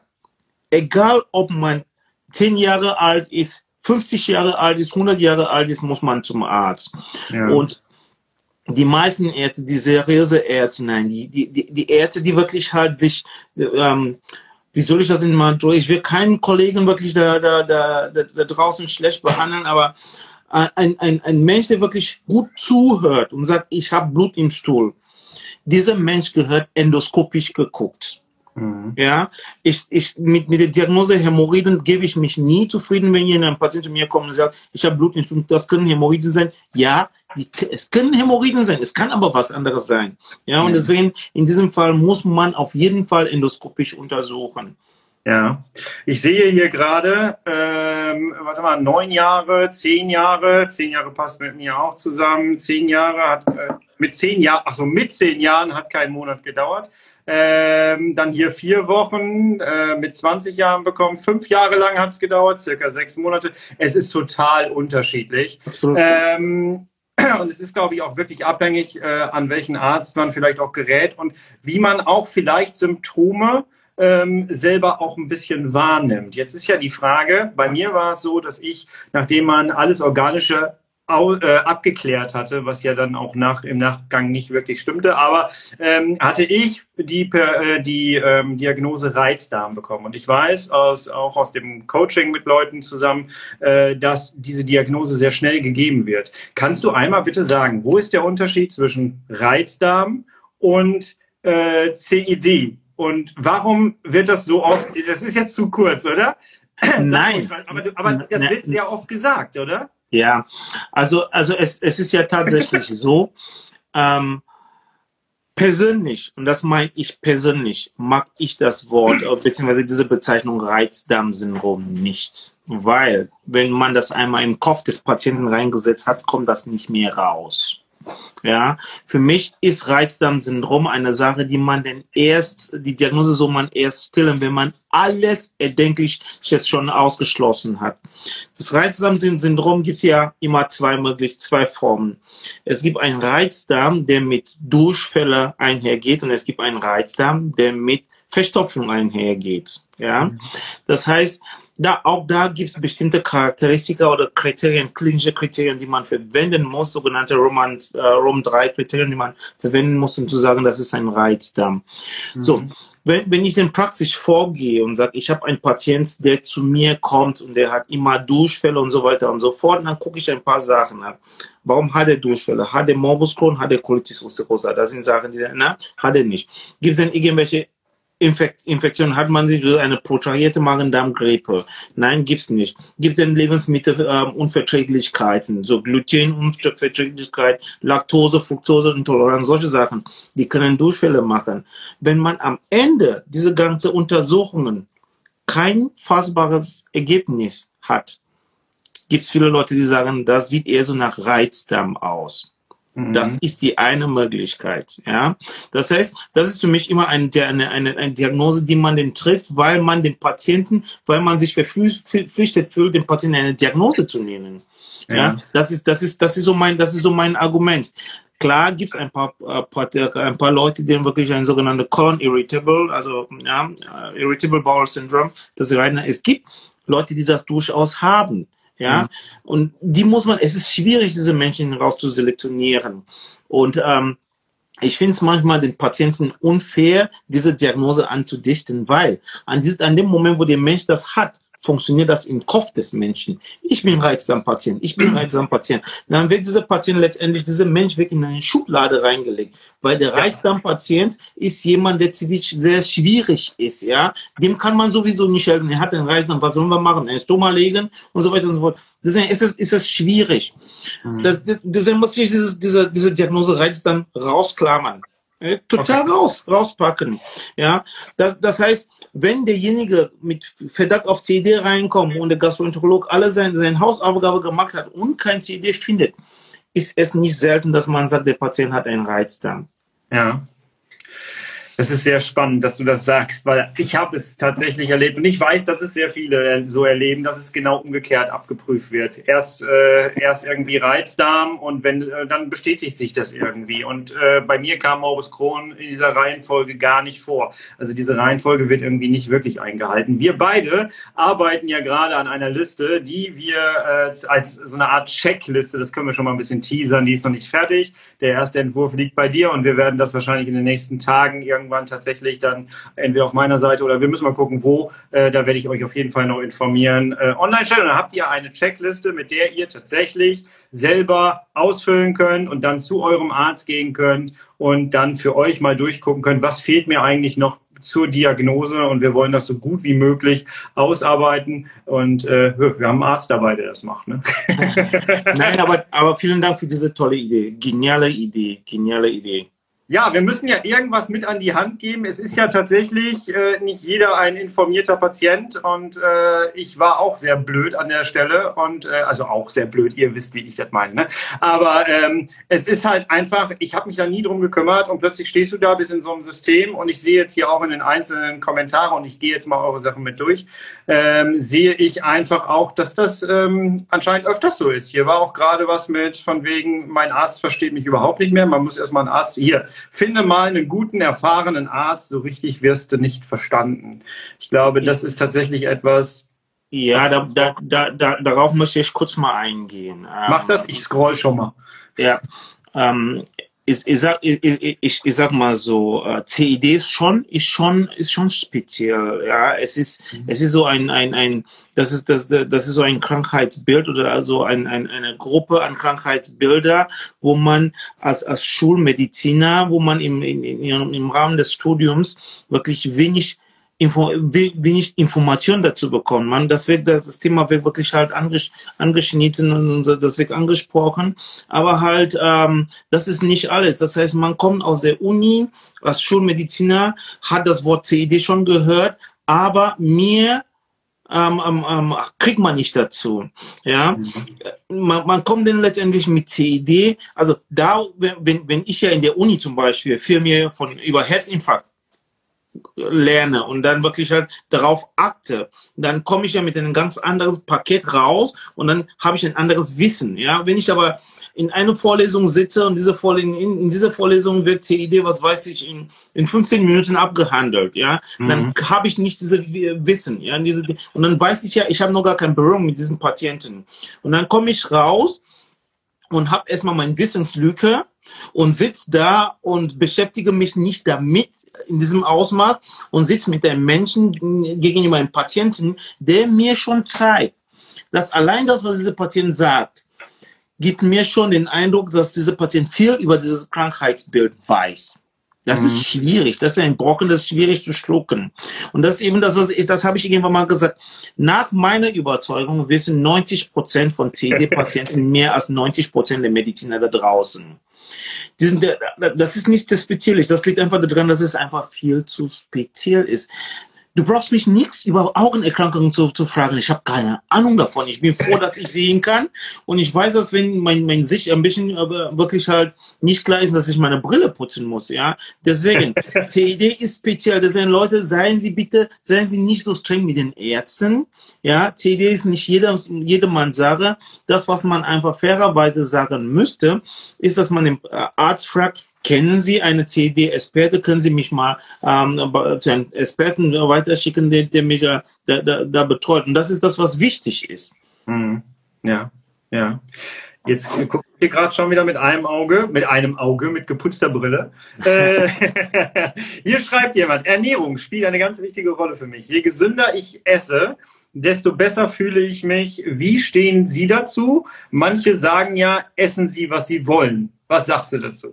egal ob man zehn Jahre alt ist, fünfzig Jahre alt ist, hundert Jahre alt ist, muss man zum Arzt. Ja. Und die meisten Ärzte, die seriöse Ärzte, nein, die, die, die Ärzte, die wirklich halt sich, ähm, wie soll ich das denn mal durch? Ich will keinen Kollegen wirklich da, da, da, da, da draußen schlecht behandeln, aber ein, ein, ein Mensch, der wirklich gut zuhört und sagt, ich habe Blut im Stuhl, dieser Mensch gehört endoskopisch geguckt. Mhm. Ja, ich, ich, mit, mit der Diagnose Hämorrhoiden gebe ich mich nie zufrieden, wenn hier ein Patient zu mir kommt und sagt, ich habe Blut im Stuhl, das können Hämorrhoiden sein. Ja, die, es können Hämorrhoiden sein, es kann aber was anderes sein. Ja, und mhm. deswegen, in diesem Fall muss man auf jeden Fall endoskopisch untersuchen. Ja, ich sehe hier gerade, ähm, warte mal, neun Jahre, zehn Jahre, zehn Jahre passt mit mir auch zusammen, zehn Jahre hat, äh, mit zehn Jahren, ach so, mit zehn Jahren hat kein Monat gedauert. Ähm, dann hier vier Wochen, äh, mit zwanzig Jahren bekommen, fünf Jahre lang hat es gedauert, circa sechs Monate. Es ist total unterschiedlich. Absolut. Ähm, Und es ist, glaube ich, auch wirklich abhängig, äh, an welchen Arzt man vielleicht auch gerät und wie man auch vielleicht Symptome ähm, selber auch ein bisschen wahrnimmt. Jetzt ist ja die Frage, bei mir war es so, dass ich, nachdem man alles Organische au, äh, abgeklärt hatte, was ja dann auch nach, im Nachgang nicht wirklich stimmte, aber ähm, hatte ich die, äh, die ähm, Diagnose Reizdarm bekommen. Und ich weiß aus, auch aus dem Coaching mit Leuten zusammen, äh, dass diese Diagnose sehr schnell gegeben wird. Kannst du einmal bitte sagen, wo ist der Unterschied zwischen Reizdarm und äh, C E D? Und warum wird das so oft, das ist jetzt zu kurz, oder? Nein. Aber, aber das Nein. wird sehr oft gesagt, oder? Ja, also, also es, es ist ja tatsächlich so, ähm, persönlich, und das meine ich persönlich, mag ich das Wort, beziehungsweise diese Bezeichnung Reizdarmsyndrom nicht. Weil, wenn man das einmal im Kopf des Patienten reingesetzt hat, kommt das nicht mehr raus. Ja, für mich ist Reizdarmsyndrom eine Sache, die man denn erst, die Diagnose soll man erst stellen, wenn man alles erdenklich jetzt schon ausgeschlossen hat. Das Reizdarmsyndrom gibt ja immer zwei möglich, zwei Formen. Es gibt einen Reizdarm, der mit Durchfälle einhergeht, und es gibt einen Reizdarm, der mit Verstopfung einhergeht. Ja, das heißt, da, auch da gibt es bestimmte Charakteristika oder Kriterien, klinische Kriterien, die man verwenden muss, sogenannte Roman, äh, Rom drei Kriterien, die man verwenden muss, um zu sagen, das ist ein Reizdarm. Mhm. So, wenn, wenn ich dann praktisch vorgehe und sage, ich habe einen Patient, der zu mir kommt und der hat immer Durchfälle und so weiter und so fort, dann gucke ich ein paar Sachen an. Warum hat er Durchfälle? Hat er Morbus Crohn? Hat er Colitis ulcerosa? Das sind Sachen, die, na, hat er nicht. Gibt es denn irgendwelche Infekt, Infektion, hat man sie durch eine protrahierte Magen-Darm-Grippe? Nein, gibt's nicht. Gibt es Lebensmittelunverträglichkeiten, ähm, so Glutenunverträglichkeit, Laktose, Fructose, Intoleranz, solche Sachen, die können Durchfälle machen. Wenn man am Ende diese ganzen Untersuchungen kein fassbares Ergebnis hat, gibt's viele Leute, die sagen, das sieht eher so nach Reizdarm aus. Das ist die eine Möglichkeit, ja. Das heißt, das ist für mich immer eine, eine, eine, eine Diagnose, die man den trifft, weil man den Patienten, weil man sich verpflichtet fühlt, dem Patienten eine Diagnose zu nehmen. Ja, ja. Das ist, das ist, das ist so mein, das ist so mein Argument. Klar gibt's ein paar, ein paar Leute, die wirklich ein sogenanntes Colon Irritable, also, ja, Irritable Bowel Syndrome, das es gibt Leute, die das durchaus haben. Ja, mhm. Und die muss man, es ist schwierig, diese Menschen rauszuselektionieren. Und ähm, ich finde es manchmal den Patienten unfair, diese Diagnose anzudichten, weil an, diesem, an dem Moment, wo der Mensch das hat, funktioniert das im Kopf des Menschen. Ich bin Reizdarmpatient, ich bin Reizdarmpatient. Dann wird dieser Patient letztendlich, dieser Mensch wird in eine Schublade reingelegt, weil der Reizdarmpatient ist jemand, der sehr schwierig ist, ja. Dem kann man sowieso nicht helfen. Er hat den Reizdarm, was sollen wir machen? Ein Stoma legen und so weiter und so fort. Deswegen ist es, ist es schwierig. Mhm. Das, deswegen muss ich diese, diese, diese Diagnose Reizdarm rausklammern. Äh, total okay. raus, rauspacken. Ja. Das, das heißt, wenn derjenige mit Verdacht auf C I D reinkommt und der Gastroenterolog alle seine, seine Hausaufgabe gemacht hat und kein C I D findet, ist es nicht selten, dass man sagt, der Patient hat einen Reizdarm. Ja. Das ist sehr spannend, dass du das sagst, weil ich habe es tatsächlich erlebt und ich weiß, dass es sehr viele so erleben, dass es genau umgekehrt abgeprüft wird. Erst äh, erst irgendwie Reizdarm und wenn äh, dann bestätigt sich das irgendwie. Und äh, bei mir kam Morbus Crohn in dieser Reihenfolge gar nicht vor. Also diese Reihenfolge wird irgendwie nicht wirklich eingehalten. Wir beide arbeiten ja gerade an einer Liste, die wir äh, als so eine Art Checkliste, das können wir schon mal ein bisschen teasern, die ist noch nicht fertig. Der erste Entwurf liegt bei dir und wir werden das wahrscheinlich in den nächsten Tagen irgendwie irgendwann tatsächlich dann entweder auf meiner Seite oder wir müssen mal gucken, wo, äh, da werde ich euch auf jeden Fall noch informieren, äh, online stellen. Und dann habt ihr eine Checkliste, mit der ihr tatsächlich selber ausfüllen könnt und dann zu eurem Arzt gehen könnt und dann für euch mal durchgucken könnt, was fehlt mir eigentlich noch zur Diagnose und wir wollen das so gut wie möglich ausarbeiten und äh, wir haben einen Arzt dabei, der das macht. Ne? Nein, aber, aber vielen Dank für diese tolle Idee. Geniale Idee, geniale Idee. Ja, wir müssen ja irgendwas mit an die Hand geben. Es ist ja tatsächlich äh, nicht jeder ein informierter Patient und äh, ich war auch sehr blöd an der Stelle und äh, also auch sehr blöd, ihr wisst, wie ich das meine. Ne? Aber ähm, es ist halt einfach, ich habe mich da nie drum gekümmert und plötzlich stehst du da, bist in so einem System und ich sehe jetzt hier auch in den einzelnen Kommentaren und ich gehe jetzt mal eure Sachen mit durch, ähm, sehe ich einfach auch, dass das ähm, anscheinend öfters so ist. Hier war auch gerade was mit von wegen, mein Arzt versteht mich überhaupt nicht mehr, man muss erstmal einen Arzt, hier, finde mal einen guten, erfahrenen Arzt, so richtig wirst du nicht verstanden. Ich glaube, das ist tatsächlich etwas... Ja, da, da, da, da, darauf möchte ich kurz mal eingehen. Mach das, ich scroll schon mal. Ja, ähm, ich, ich, sag, ich, ich, ich sag mal so, äh, C I D ist schon, ist schon, ist schon speziell. Ja, es ist, mhm. es ist so ein, ein, ein, das ist, das, das ist so ein Krankheitsbild oder also ein, ein, eine Gruppe an Krankheitsbilder, wo man als, als Schulmediziner, wo man im, in, in, im Rahmen des Studiums wirklich wenig Info, wenig Information dazu bekommt. Man, das wird, das Thema wird wirklich halt angesch, angeschnitten und das wird angesprochen. Aber halt, ähm, das ist nicht alles. Das heißt, man kommt aus der Uni, als Schulmediziner, hat das Wort C I D schon gehört, aber mir ähm, ähm, kriegt man nicht dazu. Ja, mhm. man, man kommt dann letztendlich mit C I D. Also da, wenn, wenn ich ja in der Uni zum Beispiel für mir von über Herzinfarkt lerne und dann wirklich halt darauf achte, dann komme ich ja mit einem ganz anderes Paket raus und dann habe ich ein anderes Wissen. Ja, wenn ich aber in einer Vorlesung sitze und diese Vorlesung, in, in dieser Vorlesung wird C I D, was weiß ich, in, in fünfzehn Minuten abgehandelt, ja, mhm. dann habe ich nicht diese Wissen, ja, diese, und dann weiß ich ja, ich habe noch gar keine Berührung mit diesem Patienten. Und dann komme ich raus und habe erstmal meine Wissenslücke und sitze da und beschäftige mich nicht damit in diesem Ausmaß und sitze mit einem Menschen gegenüber einem Patienten, der mir schon zeigt, dass allein das, was dieser Patient sagt, gibt mir schon den Eindruck, dass dieser Patient viel über dieses Krankheitsbild weiß. Das mhm. ist schwierig. Das ist ein Brocken, das ist schwierig zu schlucken. Und das ist eben das, was ich, das habe ich irgendwann mal gesagt. Nach meiner Überzeugung wissen neunzig Prozent von C I D-Patienten mehr als neunzig Prozent der Mediziner da draußen. Die sind, das ist nicht das Spezielle. Das liegt einfach daran, dass es einfach viel zu speziell ist. Du brauchst mich nichts über Augenerkrankungen zu, zu fragen. Ich habe keine Ahnung davon. Ich bin froh, dass ich sehen kann. Und ich weiß, dass wenn mein, mein Sicht ein bisschen aber wirklich halt nicht klar ist, dass ich meine Brille putzen muss. Ja, deswegen, C I D ist speziell. Deswegen, Leute, seien Sie bitte, seien Sie nicht so streng mit den Ärzten. Ja, C I D ist nicht jeder, jedermanns Sache. Das, was man einfach fairerweise sagen müsste, ist, dass man den Arzt fragt, kennen Sie eine C I D-Experte? Können Sie mich mal ähm, zu einem Experten weiterschicken, der, der mich da, da, da betreut? Und das ist das, was wichtig ist. Mhm. Ja, ja. Jetzt gucke ich hier gerade schon wieder mit einem Auge, mit einem Auge, mit geputzter Brille. Äh, hier schreibt jemand, Ernährung spielt eine ganz wichtige Rolle für mich. Je gesünder ich esse, desto besser fühle ich mich. Wie stehen Sie dazu? Manche sagen ja, essen Sie, was Sie wollen. Was sagst du dazu?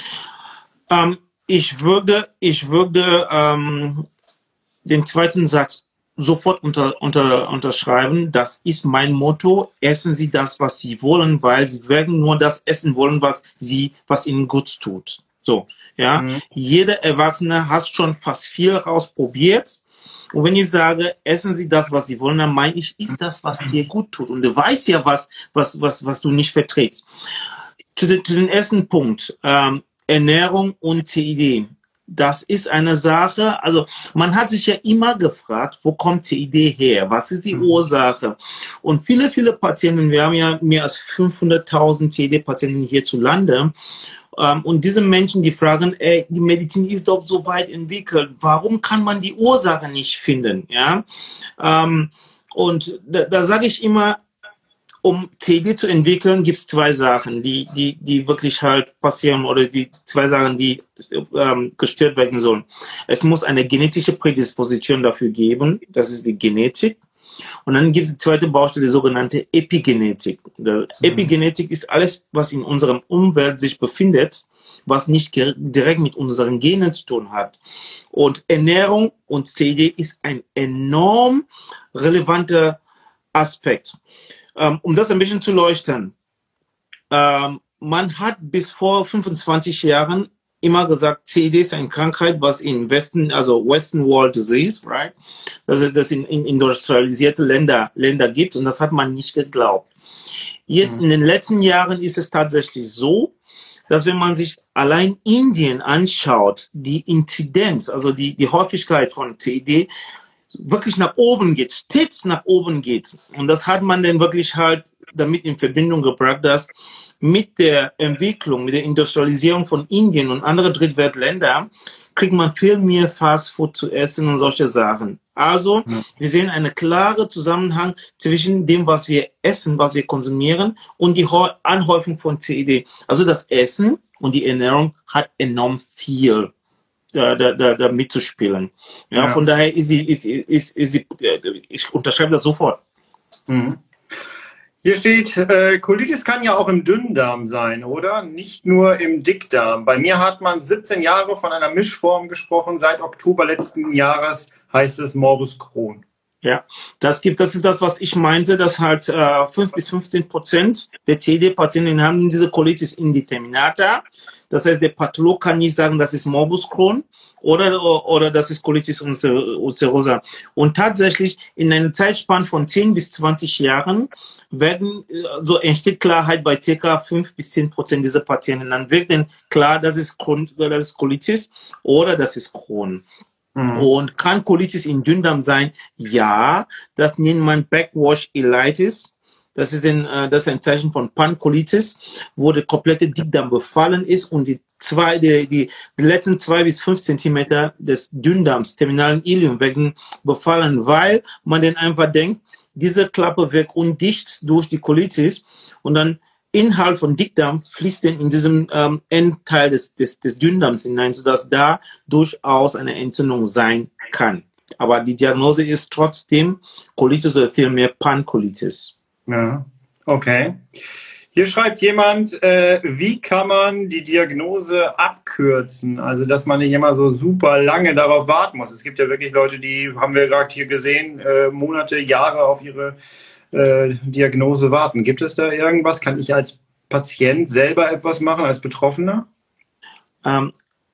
Ähm, ich würde, ich würde ähm, den zweiten Satz sofort unter, unter, unterschreiben. Das ist mein Motto. Essen Sie das, was Sie wollen, weil Sie werden nur das essen wollen, was Sie, was Ihnen gut tut. So, ja. Mhm. Jeder Erwachsene hat schon fast viel rausprobiert. Und wenn ich sage, essen Sie das, was Sie wollen, dann meine ich, ist das, was dir gut tut. Und du weißt ja, was, was, was, was du nicht verträgst. Zu, den, zu den ersten Punkt. Ähm, Ernährung und C I D. Das ist eine Sache, also man hat sich ja immer gefragt, wo kommt C I D her? Was ist die mhm. Ursache? Und viele, viele Patienten, wir haben ja mehr als fünfhunderttausend C I D-Patienten hierzulande. Ähm, und diese Menschen, die fragen, ey, die Medizin ist doch so weit entwickelt. Warum kann man die Ursache nicht finden? Ja. Ähm, und da, da sage ich immer, um C I D zu entwickeln, gibt es zwei Sachen, die, die, die wirklich halt passieren oder die zwei Sachen, die ähm, gestört werden sollen. Es muss eine genetische Prädisposition dafür geben, das ist die Genetik. Und dann gibt es die zweite Baustelle, die sogenannte Epigenetik. Mhm. Epigenetik ist alles, was in unserer Umwelt sich befindet, was nicht direkt mit unseren Genen zu tun hat. Und Ernährung und C I D ist ein enorm relevanter Aspekt. Um das ein bisschen zu leuchten. Ähm, man hat bis vor fünfundzwanzig Jahren immer gesagt, C I D ist eine Krankheit, was in Westen, also Western World Disease, right? Dass es das in, in industrialisierte Länder, Länder gibt, und das hat man nicht geglaubt. Jetzt mhm. in den letzten Jahren ist es tatsächlich so, dass wenn man sich allein Indien anschaut, die Inzidenz, also die, die Häufigkeit von C I D, wirklich nach oben geht, stets nach oben geht. Und das hat man dann wirklich halt damit in Verbindung gebracht, dass mit der Entwicklung, mit der Industrialisierung von Indien und anderen Drittweltländern kriegt man viel mehr Fastfood zu essen und solche Sachen. Also, ja. wir sehen einen klaren Zusammenhang zwischen dem, was wir essen, was wir konsumieren, und die Anhäufung von C I D. Also das Essen und die Ernährung hat enorm viel Da, da, da mitzuspielen. Ja, ja. Von daher ist sie, ist, ist, ist sie, ich unterschreibe das sofort. Mhm. Hier steht, äh, Colitis kann ja auch im Dünndarm sein, oder? Nicht nur im Dickdarm. Bei mir hat man siebzehn Jahre von einer Mischform gesprochen. Seit Oktober letzten Jahres heißt es Morbus Crohn. Ja, das gibt, das ist das, was ich meinte, dass halt äh, fünf bis fünfzehn Prozent der C I D-Patienten haben diese Colitis indeterminata. Das heißt, der Patholog kann nicht sagen, das ist Morbus Crohn oder, oder das ist Colitis ulcerosa. Und tatsächlich in einer Zeitspanne von zehn bis zwanzig Jahren werden, so entsteht Klarheit bei ca. fünf bis zehn Prozent dieser Patienten. Dann wird dann klar, das ist, Crohn, das ist Colitis oder das ist Crohn. Mhm. Und kann Colitis im Dünndarm sein? Ja, das nennt man Backwash Ileitis. Das ist, ein, das ist ein Zeichen von Pankolitis, wo der komplette Dickdarm befallen ist und die, zwei, die, die, die letzten zwei bis fünf Zentimeter des Dünndarms, terminalen Ileum, werden befallen, weil man dann einfach denkt, diese Klappe wird undicht durch die Colitis und dann Inhalt von Dickdarm fließt dann in diesem ähm, Endteil des, des, des Dünndarms hinein, sodass da durchaus eine Entzündung sein kann. Aber die Diagnose ist trotzdem Colitis oder vielmehr Pankolitis. Ja, okay. Hier schreibt jemand, äh, wie kann man die Diagnose abkürzen? Also, dass man nicht immer so super lange darauf warten muss. Es gibt ja wirklich Leute, die, haben wir gerade hier gesehen, äh, Monate, Jahre auf ihre äh, Diagnose warten. Gibt es da irgendwas? Kann ich als Patient selber etwas machen, als Betroffener? Ähm,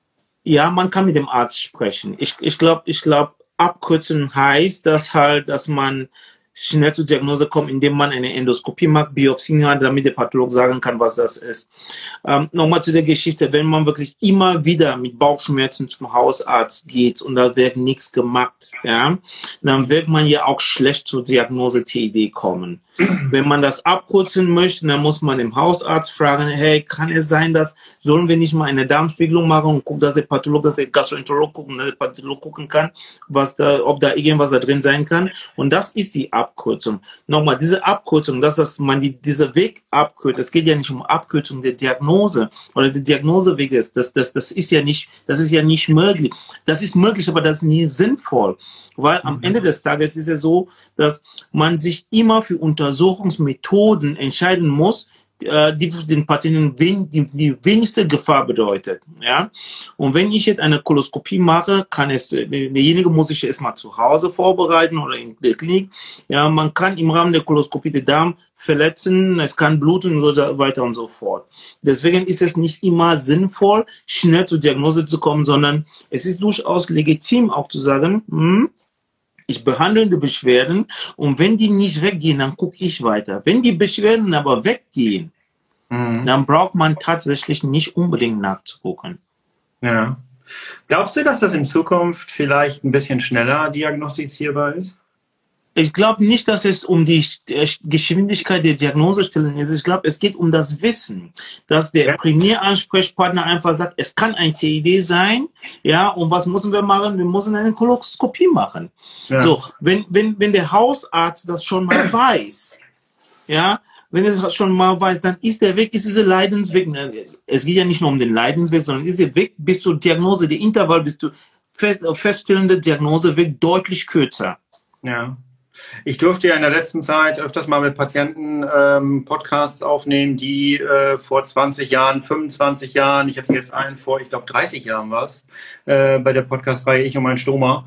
ja, man kann mit dem Arzt sprechen. Ich, ich glaube, ich glaube, abkürzen heißt das halt, dass man schnell zur Diagnose kommt, indem man eine Endoskopie macht, Biopsien hat, damit der Pathologe sagen kann, was das ist. Ähm, Nochmal zu der Geschichte, wenn man wirklich immer wieder mit Bauchschmerzen zum Hausarzt geht und da wird nichts gemacht, ja, dann wird man ja auch schlecht zur Diagnose T I D kommen. Wenn man das abkürzen möchte, dann muss man dem Hausarzt fragen, hey, kann es sein, dass, sollen wir nicht mal eine Darmspiegelung machen und gucken, dass der Pathologe, dass der Gastroenterolog gucken, dass der Pathologe gucken kann, was da, ob da irgendwas da drin sein kann. Und das ist die Abkürzung. Nochmal, diese Abkürzung, dass das man die, dieser Weg abkürzt, es geht ja nicht um Abkürzung der Diagnose oder der Diagnoseweg ist. Das, das, das ist ja nicht, das ist ja nicht möglich. Das ist möglich, aber das ist nie sinnvoll. Weil am Ende des Tages ist es so, dass man sich immer für Untersuchungsmethoden entscheiden muss, die den Patienten wen, die, die wenigste Gefahr bedeutet. Ja? Und wenn ich jetzt eine Koloskopie mache, kann es, derjenige muss sich erstmal zu Hause vorbereiten oder in der Klinik. Ja, man kann im Rahmen der Koloskopie den Darm verletzen, es kann bluten und so weiter und so fort. Deswegen ist es nicht immer sinnvoll, schnell zur Diagnose zu kommen, sondern es ist durchaus legitim auch zu sagen, hm, ich behandle die Beschwerden und wenn die nicht weggehen, dann gucke ich weiter. Wenn die Beschwerden aber weggehen, mhm. dann braucht man tatsächlich nicht unbedingt nachzugucken. Ja. Glaubst du, dass das in Zukunft vielleicht ein bisschen schneller diagnostizierbar ist? Ich glaube nicht, dass es um die Geschwindigkeit der Diagnosestellung ist. Ich glaube, es geht um das Wissen, dass der ja. Primäransprechpartner einfach sagt, es kann ein T I D sein, ja, und was müssen wir machen? Wir müssen eine Koloskopie machen. Ja. So, wenn, wenn, wenn der Hausarzt das schon mal weiß, ja, wenn er das schon mal weiß, dann ist der Weg, ist dieser Leidensweg, es geht ja nicht nur um den Leidensweg, sondern ist der Weg bis zur Diagnose, der Intervall bis zur fest, feststellenden Diagnoseweg deutlich kürzer. Ja. Ich durfte ja in der letzten Zeit öfters mal mit Patienten ähm, Podcasts aufnehmen, die äh, vor zwanzig Jahren, fünfundzwanzig Jahren, ich hatte jetzt einen vor, ich glaube dreißig Jahren war es, äh, bei der Podcast-Reihe Ich und mein Stoma,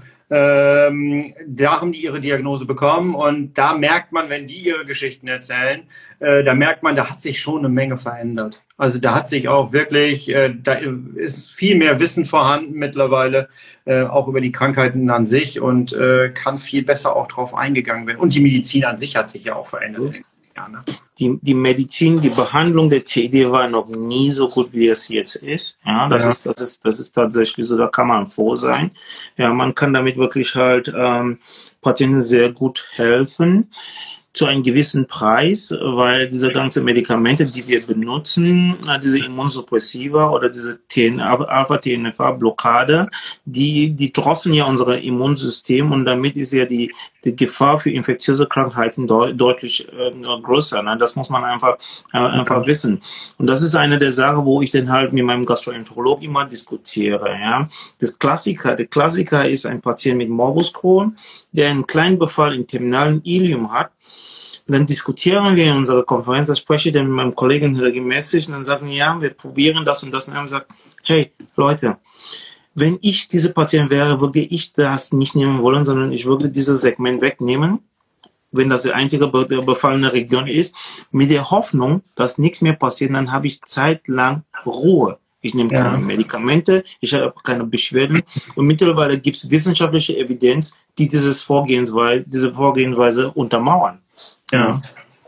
ähm, da haben die ihre Diagnose bekommen und da merkt man, wenn die ihre Geschichten erzählen, äh, da merkt man, da hat sich schon eine Menge verändert. Also da hat sich auch wirklich, äh, da ist viel mehr Wissen vorhanden mittlerweile, äh, auch über die Krankheiten an sich und äh, kann viel besser auch drauf eingegangen werden. Und die Medizin an sich hat sich ja auch verändert. Ja, ne? Die, die Medizin, die Behandlung der T I D war noch nie so gut, wie es jetzt ist. Ja, das, ja. Ist, das, ist, das ist tatsächlich so, da kann man froh sein. Ja, man kann damit wirklich halt ähm, Patienten sehr gut helfen. Zu einem gewissen Preis, weil diese ganzen Medikamente, die wir benutzen, diese Immunsuppressiva oder diese Alpha-T N F A-Blockade, die, die drosseln ja unser Immunsystem und damit ist ja die, die Gefahr für infektiöse Krankheiten de deutlich äh, größer. Ne? Das muss man einfach, äh, einfach wissen. Und das ist eine der Sachen, wo ich dann halt mit meinem Gastroenterolog immer diskutiere. Ja? Das Klassiker, der Klassiker ist ein Patient mit Morbus Crohn, der einen kleinen Befall im terminalen Ileum hat. Und dann diskutieren wir in unserer Konferenz, das spreche ich dann mit meinem Kollegen regelmäßig und dann sagen, ja, wir probieren das und das und dann sagt, hey, Leute, wenn ich diese Patient wäre, würde ich das nicht nehmen wollen, sondern ich würde dieses Segment wegnehmen, wenn das die einzige be befallene Region ist, mit der Hoffnung, dass nichts mehr passiert, dann habe ich zeitlang Ruhe. Ich nehme keine ja. Medikamente, ich habe keine Beschwerden und mittlerweile gibt es wissenschaftliche Evidenz, die dieses Vorgehensweise, diese Vorgehensweise untermauern. Ja.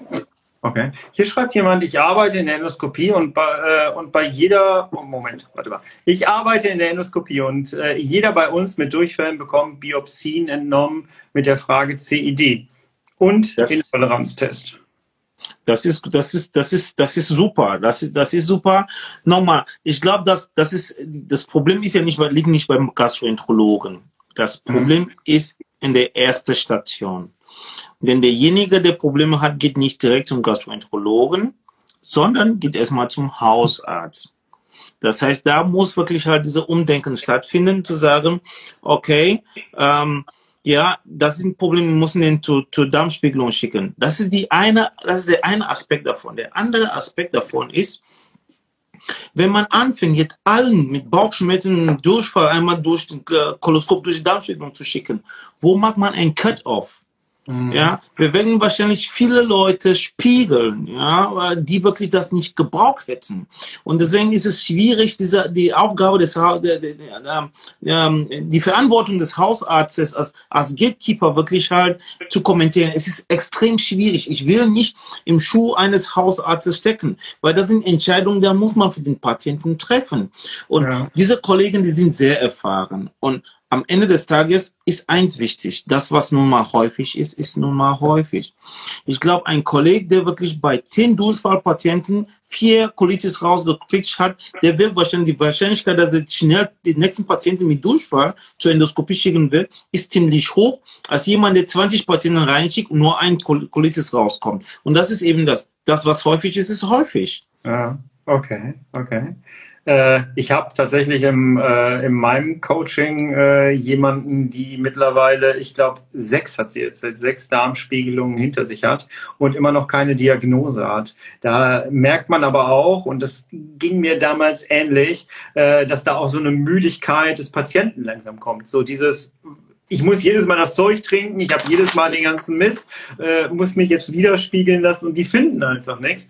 Okay. Hier schreibt jemand, ich arbeite in der Endoskopie und bei, äh, und bei jeder, oh Moment, warte mal. Ich arbeite in der Endoskopie und äh, jeder bei uns mit Durchfällen bekommt Biopsien entnommen mit der Frage C I D und yes. Intoleranztest. Das ist, das ist, das ist, das ist super. Das ist, das ist super. Nochmal, ich glaube, dass, das ist, das Problem ist ja nicht, liegt nicht beim Gastroenterologen. Das Problem mhm. ist in der ersten Station. Denn derjenige, der Probleme hat, geht nicht direkt zum Gastroenterologen, sondern geht erstmal zum Hausarzt. Das heißt, da muss wirklich halt diese Umdenken stattfinden, zu sagen, okay, ähm, ja, das ist ein Problem, wir müssen den zu, zur Darmspiegelung schicken. Das ist die eine, das ist der eine Aspekt davon. Der andere Aspekt davon ist, wenn man anfängt, jetzt allen mit Bauchschmerzen und Durchfall einmal durch den Koloskop, durch die Darmspiegelung zu schicken, wo macht man ein Cut-off? Mhm. Ja, wir werden wahrscheinlich viele Leute spiegeln, ja, die wirklich das nicht gebraucht hätten. Und deswegen ist es schwierig, diese, die Aufgabe des, der, der, der, der, die Verantwortung des Hausarztes als, als Gatekeeper wirklich halt zu kommentieren. Es ist extrem schwierig. Ich will nicht im Schuh eines Hausarztes stecken, weil das sind Entscheidungen, da muss man für den Patienten treffen. Und ja. diese Kollegen, die sind sehr erfahren. Und am Ende des Tages ist eins wichtig. Das, was nun mal häufig ist, ist nun mal häufig. Ich glaube, ein Kollege, der wirklich bei zehn Durchfallpatienten vier Colitis rausgekriegt hat, der wird wahrscheinlich, die Wahrscheinlichkeit, dass er schnell den nächsten Patienten mit Durchfall zur Endoskopie schicken wird, ist ziemlich hoch, als jemand, der zwanzig Patienten reinschickt und nur ein Colitis rauskommt. Und das ist eben das. Das, was häufig ist, ist häufig. Ja, okay, okay. Ich habe tatsächlich im, äh, in meinem Coaching äh, jemanden, die mittlerweile, ich glaube, sechs hat sie jetzt, sechs Darmspiegelungen hinter sich hat und immer noch keine Diagnose hat. Da merkt man aber auch, und das ging mir damals ähnlich, äh, dass da auch so eine Müdigkeit des Patienten langsam kommt. So dieses, ich muss jedes Mal das Zeug trinken, ich habe jedes Mal den ganzen Mist, äh, muss mich jetzt widerspiegeln lassen und die finden einfach nichts.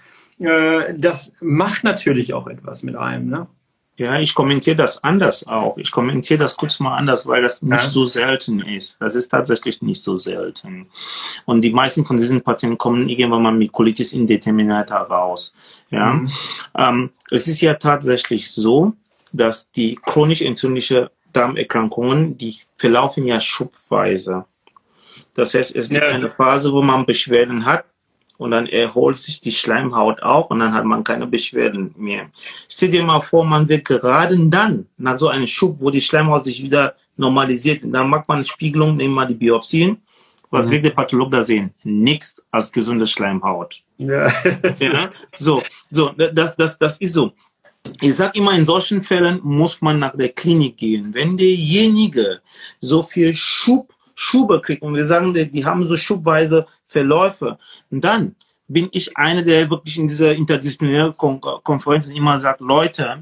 Das macht natürlich auch etwas mit einem, ne? Ja, ich kommentiere das anders auch. Ich kommentiere das kurz mal anders, weil das nicht ja. so selten ist. Das ist tatsächlich nicht so selten. Und die meisten von diesen Patienten kommen irgendwann mal mit Colitis indeterminata raus. Ja, mhm. ähm, es ist ja tatsächlich so, dass die chronisch entzündliche Darmerkrankungen, die verlaufen ja schubweise. Das heißt, es gibt ja. eine Phase, wo man Beschwerden hat, und dann erholt sich die Schleimhaut auch und dann hat man keine Beschwerden mehr. Stell dir mal vor, man wird gerade dann, nach so einem Schub, wo die Schleimhaut sich wieder normalisiert, dann macht man eine Spiegelung, nehmen wir die Biopsien. Was mhm. wird der Pathologe da sehen? Nichts als gesunde Schleimhaut. Ja. ja? So, so, das, das, das ist so. Ich sage immer, in solchen Fällen muss man nach der Klinik gehen. Wenn derjenige so viel Schub Schube kriegt und wir sagen, die, die haben so schubweise Verläufe. Und dann bin ich einer, der wirklich in dieser interdisziplinären Kon- Konferenzen immer sagt, Leute,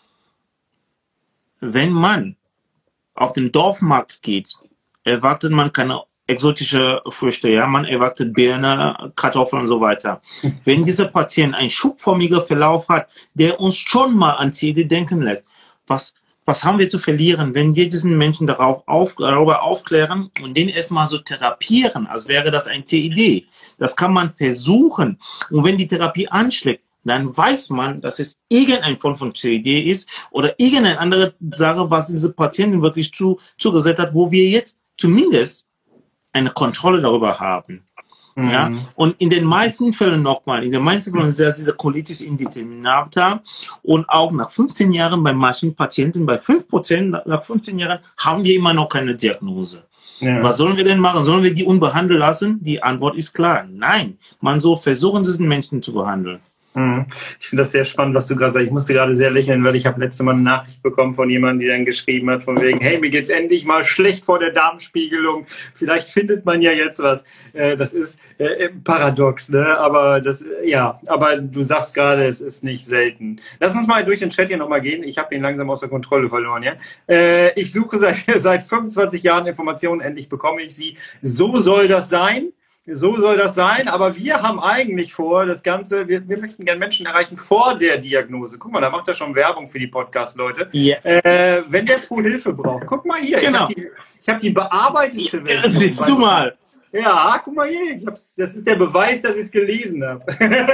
wenn man auf den Dorfmarkt geht, erwartet man keine exotische Früchte, ja, man erwartet Birne, Kartoffeln und so weiter. Wenn dieser Patient einen schubförmigen Verlauf hat, der uns schon mal an C D denken lässt, was Was haben wir zu verlieren, wenn wir diesen Menschen darauf auf, darüber aufklären und den erstmal so therapieren, als wäre das ein C I D? Das kann man versuchen. Und wenn die Therapie anschlägt, dann weiß man, dass es irgendein Form von C I D ist oder irgendeine andere Sache, was diese Patienten wirklich zu, zugesetzt hat, wo wir jetzt zumindest eine Kontrolle darüber haben. Mhm. Ja, und in den meisten Fällen nochmal, in den meisten Fällen ist das diese Colitis indeterminata und auch nach fünfzehn Jahren bei manchen Patienten, bei fünf Prozent nach fünfzehn Jahren haben wir immer noch keine Diagnose. Ja. Was sollen wir denn machen? Sollen wir die unbehandelt lassen? Die Antwort ist klar, nein. Man soll versuchen, diesen Menschen zu behandeln. Ich finde das sehr spannend, was du gerade sagst. Ich musste gerade sehr lächeln, weil ich habe letzte Mal eine Nachricht bekommen von jemandem, die dann geschrieben hat, von wegen, hey, mir geht's endlich mal schlecht vor der Darmspiegelung. Vielleicht findet man ja jetzt was. Das ist paradox, ne? Aber das, ja, aber du sagst gerade, es ist nicht selten. Lass uns mal durch den Chat hier nochmal gehen. Ich habe ihn langsam aus der Kontrolle verloren, ja. Ich suche seit, seit fünfundzwanzig Jahren Informationen, endlich bekomme ich sie. So soll das sein. So soll das sein, aber wir haben eigentlich vor, das Ganze, wir, wir möchten gerne Menschen erreichen vor der Diagnose. Guck mal, da macht er schon Werbung für die Podcast-Leute. Yeah. Äh, wenn der Pro Hilfe braucht. Guck mal hier, genau. ich habe die, hab die bearbeitete Version. Ja, siehst du mal. Ja, guck mal hier, ich hab's, das ist der Beweis, dass ich es gelesen habe.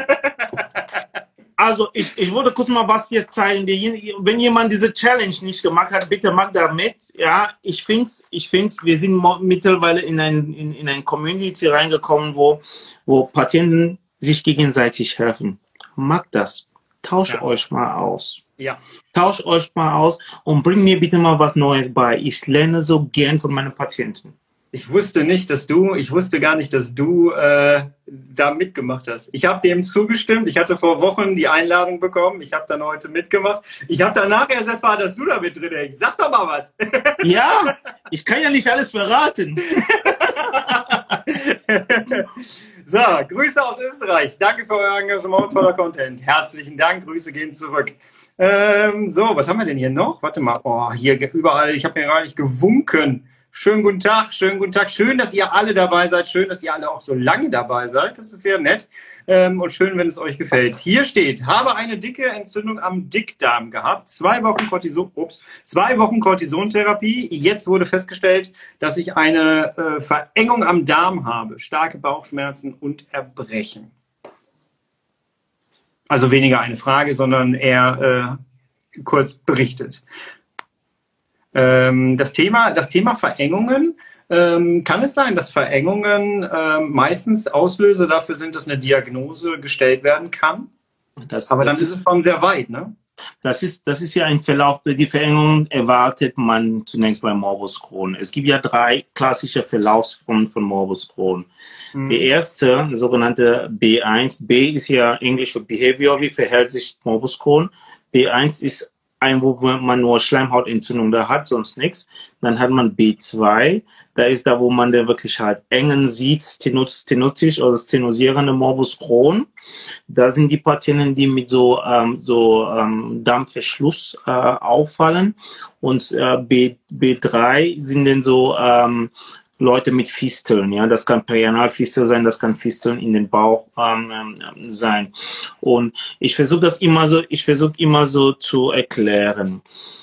Also ich, ich wollte kurz mal was hier zeigen. Wenn jemand diese Challenge nicht gemacht hat, bitte mach da mit. Ja, ich finde ich find's, wir sind mittlerweile in ein, in, in ein Community reingekommen, wo, wo Patienten sich gegenseitig helfen. Mag das. Tauscht Ja. euch mal aus. Ja. Tauscht euch mal aus und bring mir bitte mal was Neues bei. Ich lerne so gern von meinen Patienten. Ich wusste nicht, dass du, ich wusste gar nicht, dass du äh, da mitgemacht hast. Ich habe dem zugestimmt. Ich hatte vor Wochen die Einladung bekommen. Ich habe dann heute mitgemacht. Ich habe danach erst erfahren, dass du da mit drin hängst. Sag doch mal was. Ja, ich kann ja nicht alles verraten. So, Grüße aus Österreich. Danke für euer Engagement, toller Content. Herzlichen Dank, Grüße gehen zurück. Ähm, so, was haben wir denn hier noch? Warte mal, oh, hier überall, ich habe ja gar nicht gewunken. Schönen guten Tag, schönen guten Tag. Schön, dass ihr alle dabei seid. Schön, dass ihr alle auch so lange dabei seid. Das ist sehr nett. Ähm, und schön, wenn es euch gefällt. Hier steht, habe eine dicke Entzündung am Dickdarm gehabt. Zwei Wochen Cortison, ups, zwei Wochen Cortisontherapie. Jetzt wurde festgestellt, dass ich eine äh, Verengung am Darm habe. Starke Bauchschmerzen und Erbrechen. Also weniger eine Frage, sondern eher äh, kurz berichtet. Ähm, das Thema, das Thema Verengungen, ähm, kann es sein, dass Verengungen ähm, meistens Auslöser dafür sind, dass eine Diagnose gestellt werden kann? Das, Aber das dann ist es schon sehr weit, ne? Das ist, das ist ja ein Verlauf. Die Verengung erwartet man zunächst bei Morbus Crohn. Es gibt ja drei klassische Verlaufsformen von Morbus Crohn. Mhm. Die erste, sogenannte B eins. B ist ja Englisch für Behavior. Wie verhält sich Morbus Crohn? B eins ist ein, wo man nur Schleimhautentzündung da hat, sonst nichts. Dann hat man B zwei, da ist da, wo man da wirklich halt engen sieht, stenotisch oder stenosierende Morbus Crohn. Da sind die Patienten, die mit so, ähm, so ähm, Darmverschluss äh, auffallen. Und äh, B, B3 sind dann so ähm, Leute mit Fisteln, ja, das kann Perianalfistel sein, das kann Fisteln in den Bauch ähm, sein. Und ich versuche das immer so, ich versuche immer so zu erklären.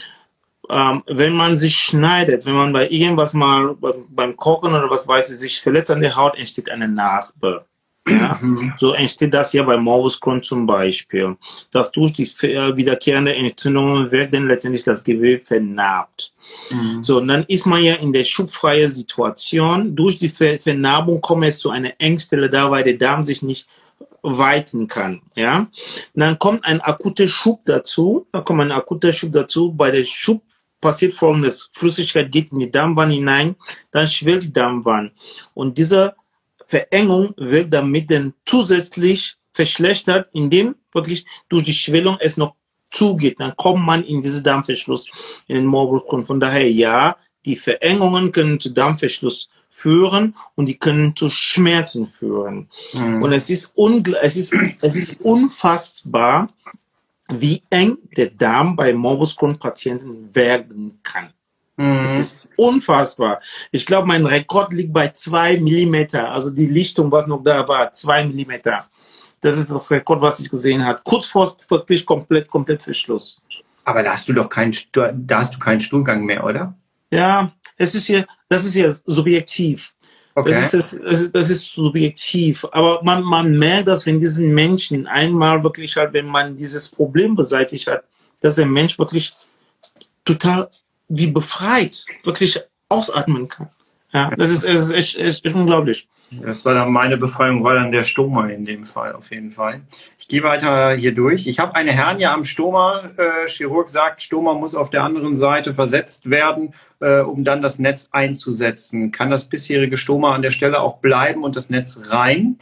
Ähm, wenn man sich schneidet, wenn man bei irgendwas mal beim Kochen oder was weiß ich, sich verletzt an der Haut, entsteht eine Narbe. Ja, so entsteht das ja bei Morbus Crohn zum Beispiel. Dass durch die wiederkehrende Entzündungen wird dann letztendlich das Gewebe vernarbt. Mhm. So, und dann ist man ja in der schubfreien Situation. Durch die Vernarbung kommt es zu einer Engstelle da, weil der Darm sich nicht weiten kann. Ja, und dann kommt ein akuter Schub dazu. Da kommt ein akuter Schub dazu. Bei der Schub passiert Folgendes: Flüssigkeit geht in die Darmwand hinein, dann schwillt die Darmwand. Und dieser Verengung wird damit dann zusätzlich verschlechtert, indem wirklich durch die Schwellung es noch zugeht. Dann kommt man in diesen Darmverschluss, in den Morbus Crohn. Von daher, ja, die Verengungen können zu Darmverschluss führen und die können zu Schmerzen führen. Mhm. Und es ist, ungl- es ist, es ist unfassbar, wie eng der Darm bei Morbus Crohn-Patienten werden kann. Das ist unfassbar. Ich glaube, mein Rekord liegt bei zwei Millimeter. Also die Lichtung, was noch da war, zwei Millimeter. Das ist das Rekord, was ich gesehen habe. Kurz vor wirklich komplett, komplett Verschluss. Aber da hast du doch keinen, da hast du keinen Stuhlgang mehr, oder? Ja, es ist ja, das ist ja subjektiv. Okay. Das ist, das, das ist subjektiv. Aber man, man merkt, dass wenn diesen Menschen einmal wirklich halt, wenn man dieses Problem beseitigt hat, dass der Mensch wirklich total wie befreit wirklich ausatmen kann. Ja, das ist, das ist echt, echt, echt unglaublich. Das war dann meine Befreiung, war dann der Stoma in dem Fall, auf jeden Fall. Ich gehe weiter hier durch. Ich habe eine Hernie am Stoma. Äh, Chirurg sagt, Stoma muss auf der anderen Seite versetzt werden, äh, um dann das Netz einzusetzen. Kann das bisherige Stoma an der Stelle auch bleiben und das Netz rein?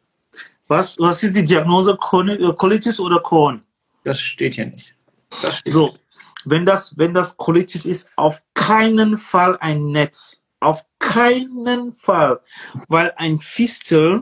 Was, was ist die Diagnose? Colitis oder Crohn? Das steht hier nicht. Das steht so. Wenn das, wenn das Colitis ist, auf keinen Fall ein Netz. Auf keinen Fall. Weil ein Fistel,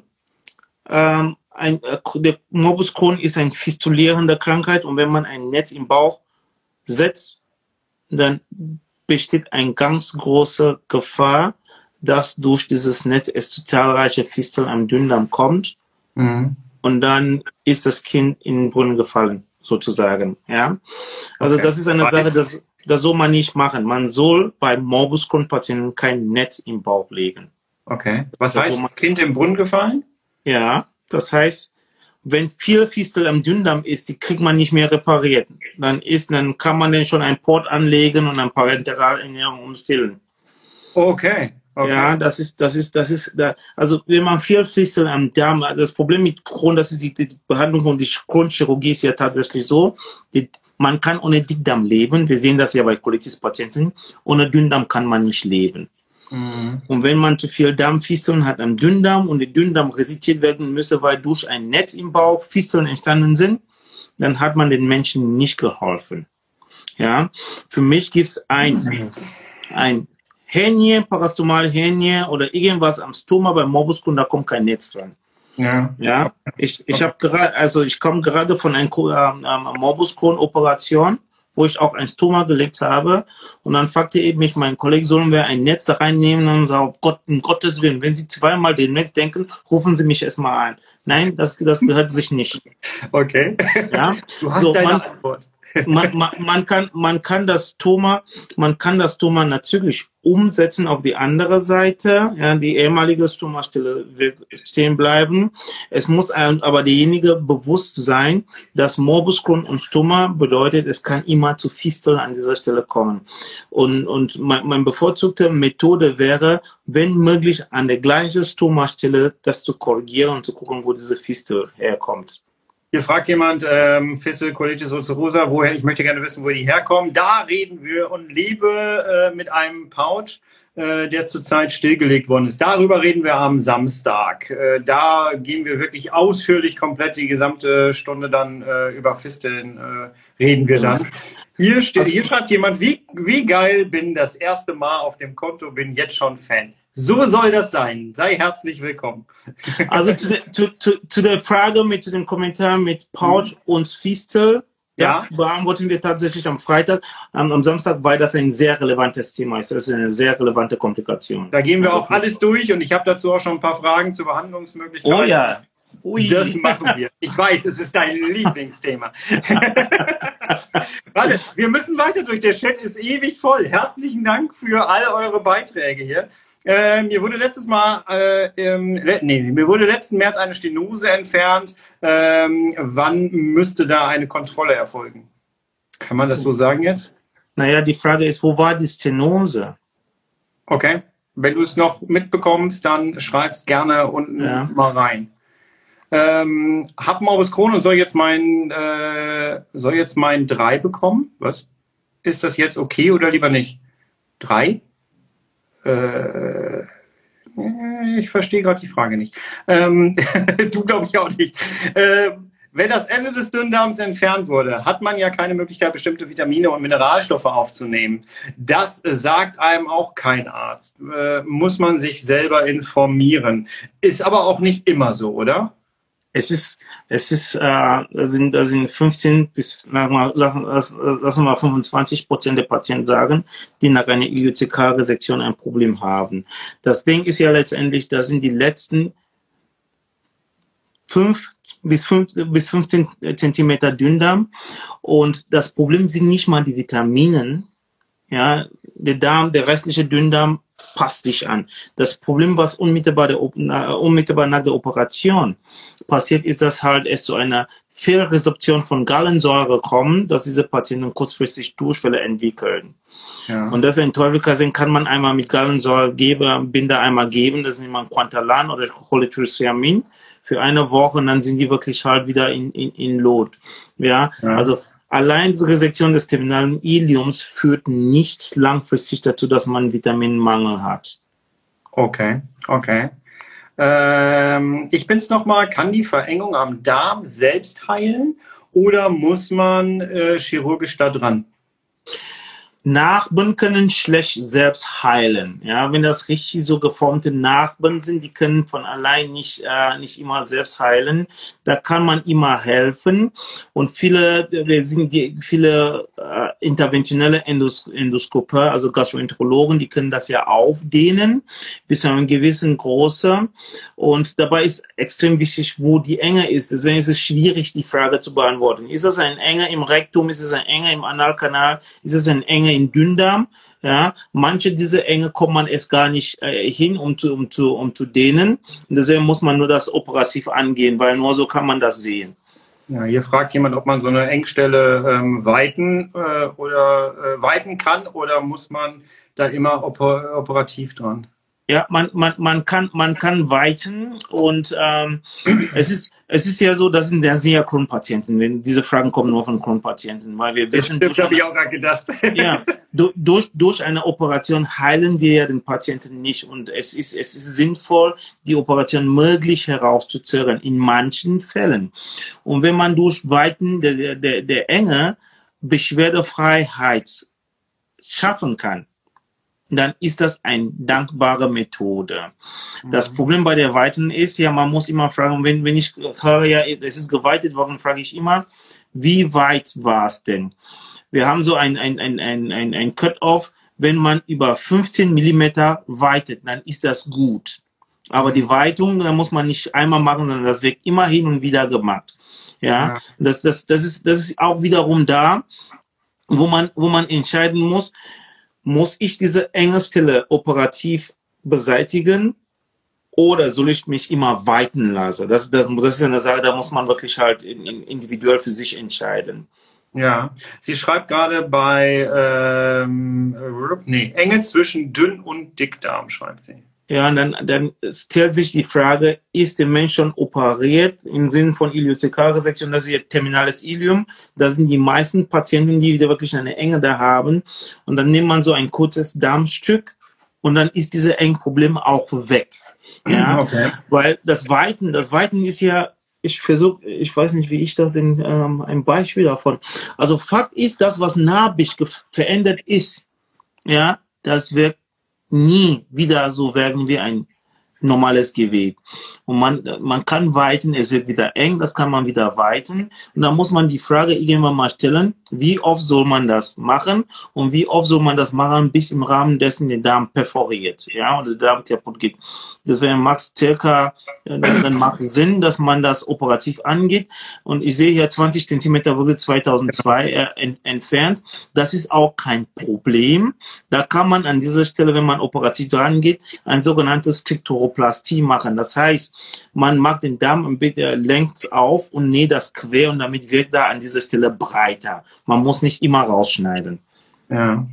ähm, ein, äh, der Morbus Crohn ist eine fistulierende Krankheit und wenn man ein Netz im Bauch setzt, dann besteht eine ganz große Gefahr, dass durch dieses Netz es zu zahlreichen Fisteln am Dünndarm kommt mhm. und dann ist das Kind in den Brunnen gefallen. Sozusagen, ja. Also okay. Das ist eine Sache, das, das soll man nicht machen. Man soll bei Morbus Crohn-Patienten kein Netz im Bauch legen. Okay. Was das heißt, man, Kind im Brunnen gefallen? Ja, das heißt, wenn viel Fistel am Dünndarm ist, die kriegt man nicht mehr repariert. Dann ist, dann kann man dann schon einen Port anlegen und ein Parenteralernährung umstellen. Okay. Okay. Ja, das ist, das ist, das ist, da, also wenn man viel Fisteln am Darm hat, das Problem mit Crohn, das ist die, die Behandlung von der Crohn-Chirurgie ist ja tatsächlich so, die, man kann ohne Dickdarm leben. Wir sehen das ja bei Colitis-Patienten. Ohne Dünndarm kann man nicht leben. Mhm. Und wenn man zu viel Darmfisteln hat am Dünndarm und der Dünndarm resetiert werden müsste, weil durch ein Netz im Bauch Fisteln entstanden sind, dann hat man den Menschen nicht geholfen. Ja, für mich gibt es eins, ein Hernie, parastomale Hernie oder irgendwas am Stoma beim Morbus Crohn, da kommt kein Netz dran. Ja, ja. Ich, ich habe gerade, also ich komme gerade von einer ähm, Morbus Crohn Operation, wo ich auch ein Stoma gelegt habe. Und dann fragte eben mich mein Kollege, sollen wir ein Netz da reinnehmen? Und sagt, oh Gott, um Gottes Willen, wenn Sie zweimal den Netz denken, rufen Sie mich erstmal ein. Nein, das, das gehört sich nicht. Okay. Ja. Du hast so, deine man, Antwort. Man, man, man, kann, man kann das Stoma, man kann das Stoma natürlich umsetzen auf die andere Seite, ja, die ehemalige Stoma-Stelle wird stehen bleiben. Es muss aber derjenige bewusst sein, dass Morbus Crohn und Stoma bedeutet, es kann immer zu Fisteln an dieser Stelle kommen. Und, und meine mein bevorzugte Methode wäre, wenn möglich, an der gleichen Stoma-Stelle das zu korrigieren und zu gucken, wo diese Fistel herkommt. Hier fragt jemand, ähm, Fistel, Colitis ulcerosa, woher, ich möchte gerne wissen, wo die herkommen. Da reden wir und lebe äh, mit einem Pouch, äh, der zurzeit stillgelegt worden ist. Darüber reden wir am Samstag. Äh, da gehen wir wirklich ausführlich, komplett die gesamte Stunde dann äh, über Fisteln äh, reden wir dann. Hier, steht, hier schreibt jemand, wie, wie geil, bin das erste Mal auf dem Konto, bin jetzt schon Fan. So soll das sein. Sei herzlich willkommen. Also zu, de, zu, zu, zu der Frage mit zu dem Kommentar mit Pouch mhm. und Fistel, das ja. beantworten wir tatsächlich am Freitag. Am, am Samstag, weil das ein sehr relevantes Thema ist. Das ist eine sehr relevante Komplikation. Da gehen wir auch alles durch und ich habe dazu auch schon ein paar Fragen zu Behandlungsmöglichkeiten. Oh ja. Ui. Das machen wir. Ich weiß, es ist dein Lieblingsthema. Warte, wir müssen weiter durch. Der Chat ist ewig voll. Herzlichen Dank für all eure Beiträge hier. Äh, mir wurde letztes Mal, äh, ähm, nee, mir wurde letzten März eine Stenose entfernt. Ähm, wann müsste da eine Kontrolle erfolgen? Kann man das so sagen jetzt? Naja, die Frage ist, wo war die Stenose? Okay, wenn du es noch mitbekommst, dann schreib's gerne unten ja. mal rein. Ähm, hab Morbus Crohn und soll jetzt mein, äh, soll jetzt mein drei bekommen? Was? Ist das jetzt okay oder lieber nicht? Drei? Äh, ich verstehe gerade die Frage nicht. Ähm, du glaube ich auch nicht. Äh, wenn das Ende des Dünndarms entfernt wurde, hat man ja keine Möglichkeit, bestimmte Vitamine und Mineralstoffe aufzunehmen. Das sagt einem auch kein Arzt. Äh, muss man sich selber informieren. Ist aber auch nicht immer so, oder? Es ist, es ist, äh, da sind, da sind fünfzehn bis, lassen, lassen, lassen wir fünfundzwanzig Prozent der Patienten sagen, die nach einer I U C K-Resektion ein Problem haben. Das Ding ist ja letztendlich, da sind die letzten fünf bis fünfzehn Zentimeter Dünndarm und das Problem sind nicht mal die Vitaminen, ja, der Darm, der restliche Dünndarm passt sich an. Das Problem, was unmittelbar, der, unmittelbar nach der Operation passiert, ist, dass halt es zu einer Fehlresorption von Gallensäure kommt, dass diese Patienten kurzfristig Durchfälle entwickeln. Ja. Und das in Teufelkreisen kann man einmal mit Gallensäurebinder einmal geben, das ist immer ein Quantalan oder Choletriciamin für eine Woche und dann sind die wirklich halt wieder in, in, in Lot. Ja, ja. Also allein die Resektion des terminalen Iliums führt nicht langfristig dazu, dass man Vitaminmangel hat. Okay, okay. Ähm, ich bin's nochmal, kann die Verengung am Darm selbst heilen oder muss man äh, chirurgisch da dran? Narben können schlecht selbst heilen. Ja, wenn das richtig so geformte Narben sind, die können von allein nicht, äh, nicht immer selbst heilen. Da kann man immer helfen. Und viele, wir sind die, viele äh, interventionelle Endos Endoskope, also Gastroenterologen, die können das ja aufdehnen bis zu einem gewissen Größe. Und dabei ist extrem wichtig, wo die Enge ist. Deswegen ist es schwierig, die Frage zu beantworten. Ist es ein Enge im Rektum? Ist es ein Enge im Analkanal? Ist es ein Enge in Dünndarm? Ja, manche dieser Enge kommt man erst gar nicht äh, hin, um zu, um zu, um zu dehnen. Und deswegen muss man nur das operativ angehen, weil nur so kann man das sehen. Ja, hier fragt jemand, ob man so eine Engstelle ähm, weiten äh, oder äh, weiten kann oder muss man da immer oper operativ dran? Ja, man, man, man kann, man kann weiten und ähm, es ist, es ist ja so, das sind ja sehr Crohn-Patienten. Wenn diese Fragen kommen nur von Crohn-Patienten, weil wir wissen, das habe ich auch gerade gedacht. ja, durch, durch eine Operation heilen wir ja den Patienten nicht und es ist, es ist sinnvoll, die Operation möglich herauszuzögern in manchen Fällen. Und wenn man durch Weiten der, der, der Enge Beschwerdefreiheit schaffen kann, dann ist das eine dankbare Methode. Das mhm. Problem bei der Weiten ist ja, man muss immer fragen, wenn, wenn ich höre, ja, es ist geweitet worden, frage ich immer, wie weit war es denn? Wir haben so ein, ein, ein, ein, ein, ein Cut-Off, wenn man über fünfzehn Millimeter weitet, dann ist das gut. Aber die Weitung, da muss man nicht einmal machen, sondern das wird immer hin und wieder gemacht. Ja, ja. Das, das, das ist, das ist auch wiederum da, wo man, wo man entscheiden muss, muss ich diese enge Stelle operativ beseitigen oder soll ich mich immer weiten lassen? Das, das, das ist eine Sache, da muss man wirklich halt in, in, individuell für sich entscheiden. Ja, sie schreibt gerade bei ähm, nee, Enge zwischen Dünn- und Dickdarm, schreibt sie. Ja, und dann, dann stellt sich die Frage, ist der Mensch schon operiert im Sinne von Iliocecal-Resektion? Das ist ja terminales Ilium. Das sind die meisten Patienten, die wieder wirklich eine Enge da haben. Und dann nimmt man so ein kurzes Darmstück und dann ist diese Engproblem auch weg. Ja, okay. Weil das Weiten, das Weiten ist ja, ich versuche, ich weiß nicht, wie ich das in ähm, ein Beispiel davon. Also Fakt ist, das, was narbig verändert ist, ja, das wird nie wieder so werden wie ein normales Gewebe. Und man, man kann weiten, es wird wieder eng, das kann man wieder weiten. Und dann muss man die Frage irgendwann mal stellen, wie oft soll man das machen und wie oft soll man das machen, bis im Rahmen dessen der Darm perforiert, ja, oder der Darm kaputt geht. Deswegen macht es circa, dann, dann macht es Sinn, dass man das operativ angeht. Und ich sehe hier zwanzig Zentimeter wurde zweitausendzwei äh, ent, entfernt. Das ist auch kein Problem. Da kann man an dieser Stelle, wenn man operativ dran geht, ein sogenanntes Strikturoplastie machen. Das heißt, man macht den Darm ein bisschen längs auf und näht das quer und damit wirkt er an dieser Stelle breiter. Man muss nicht immer rausschneiden. Ja.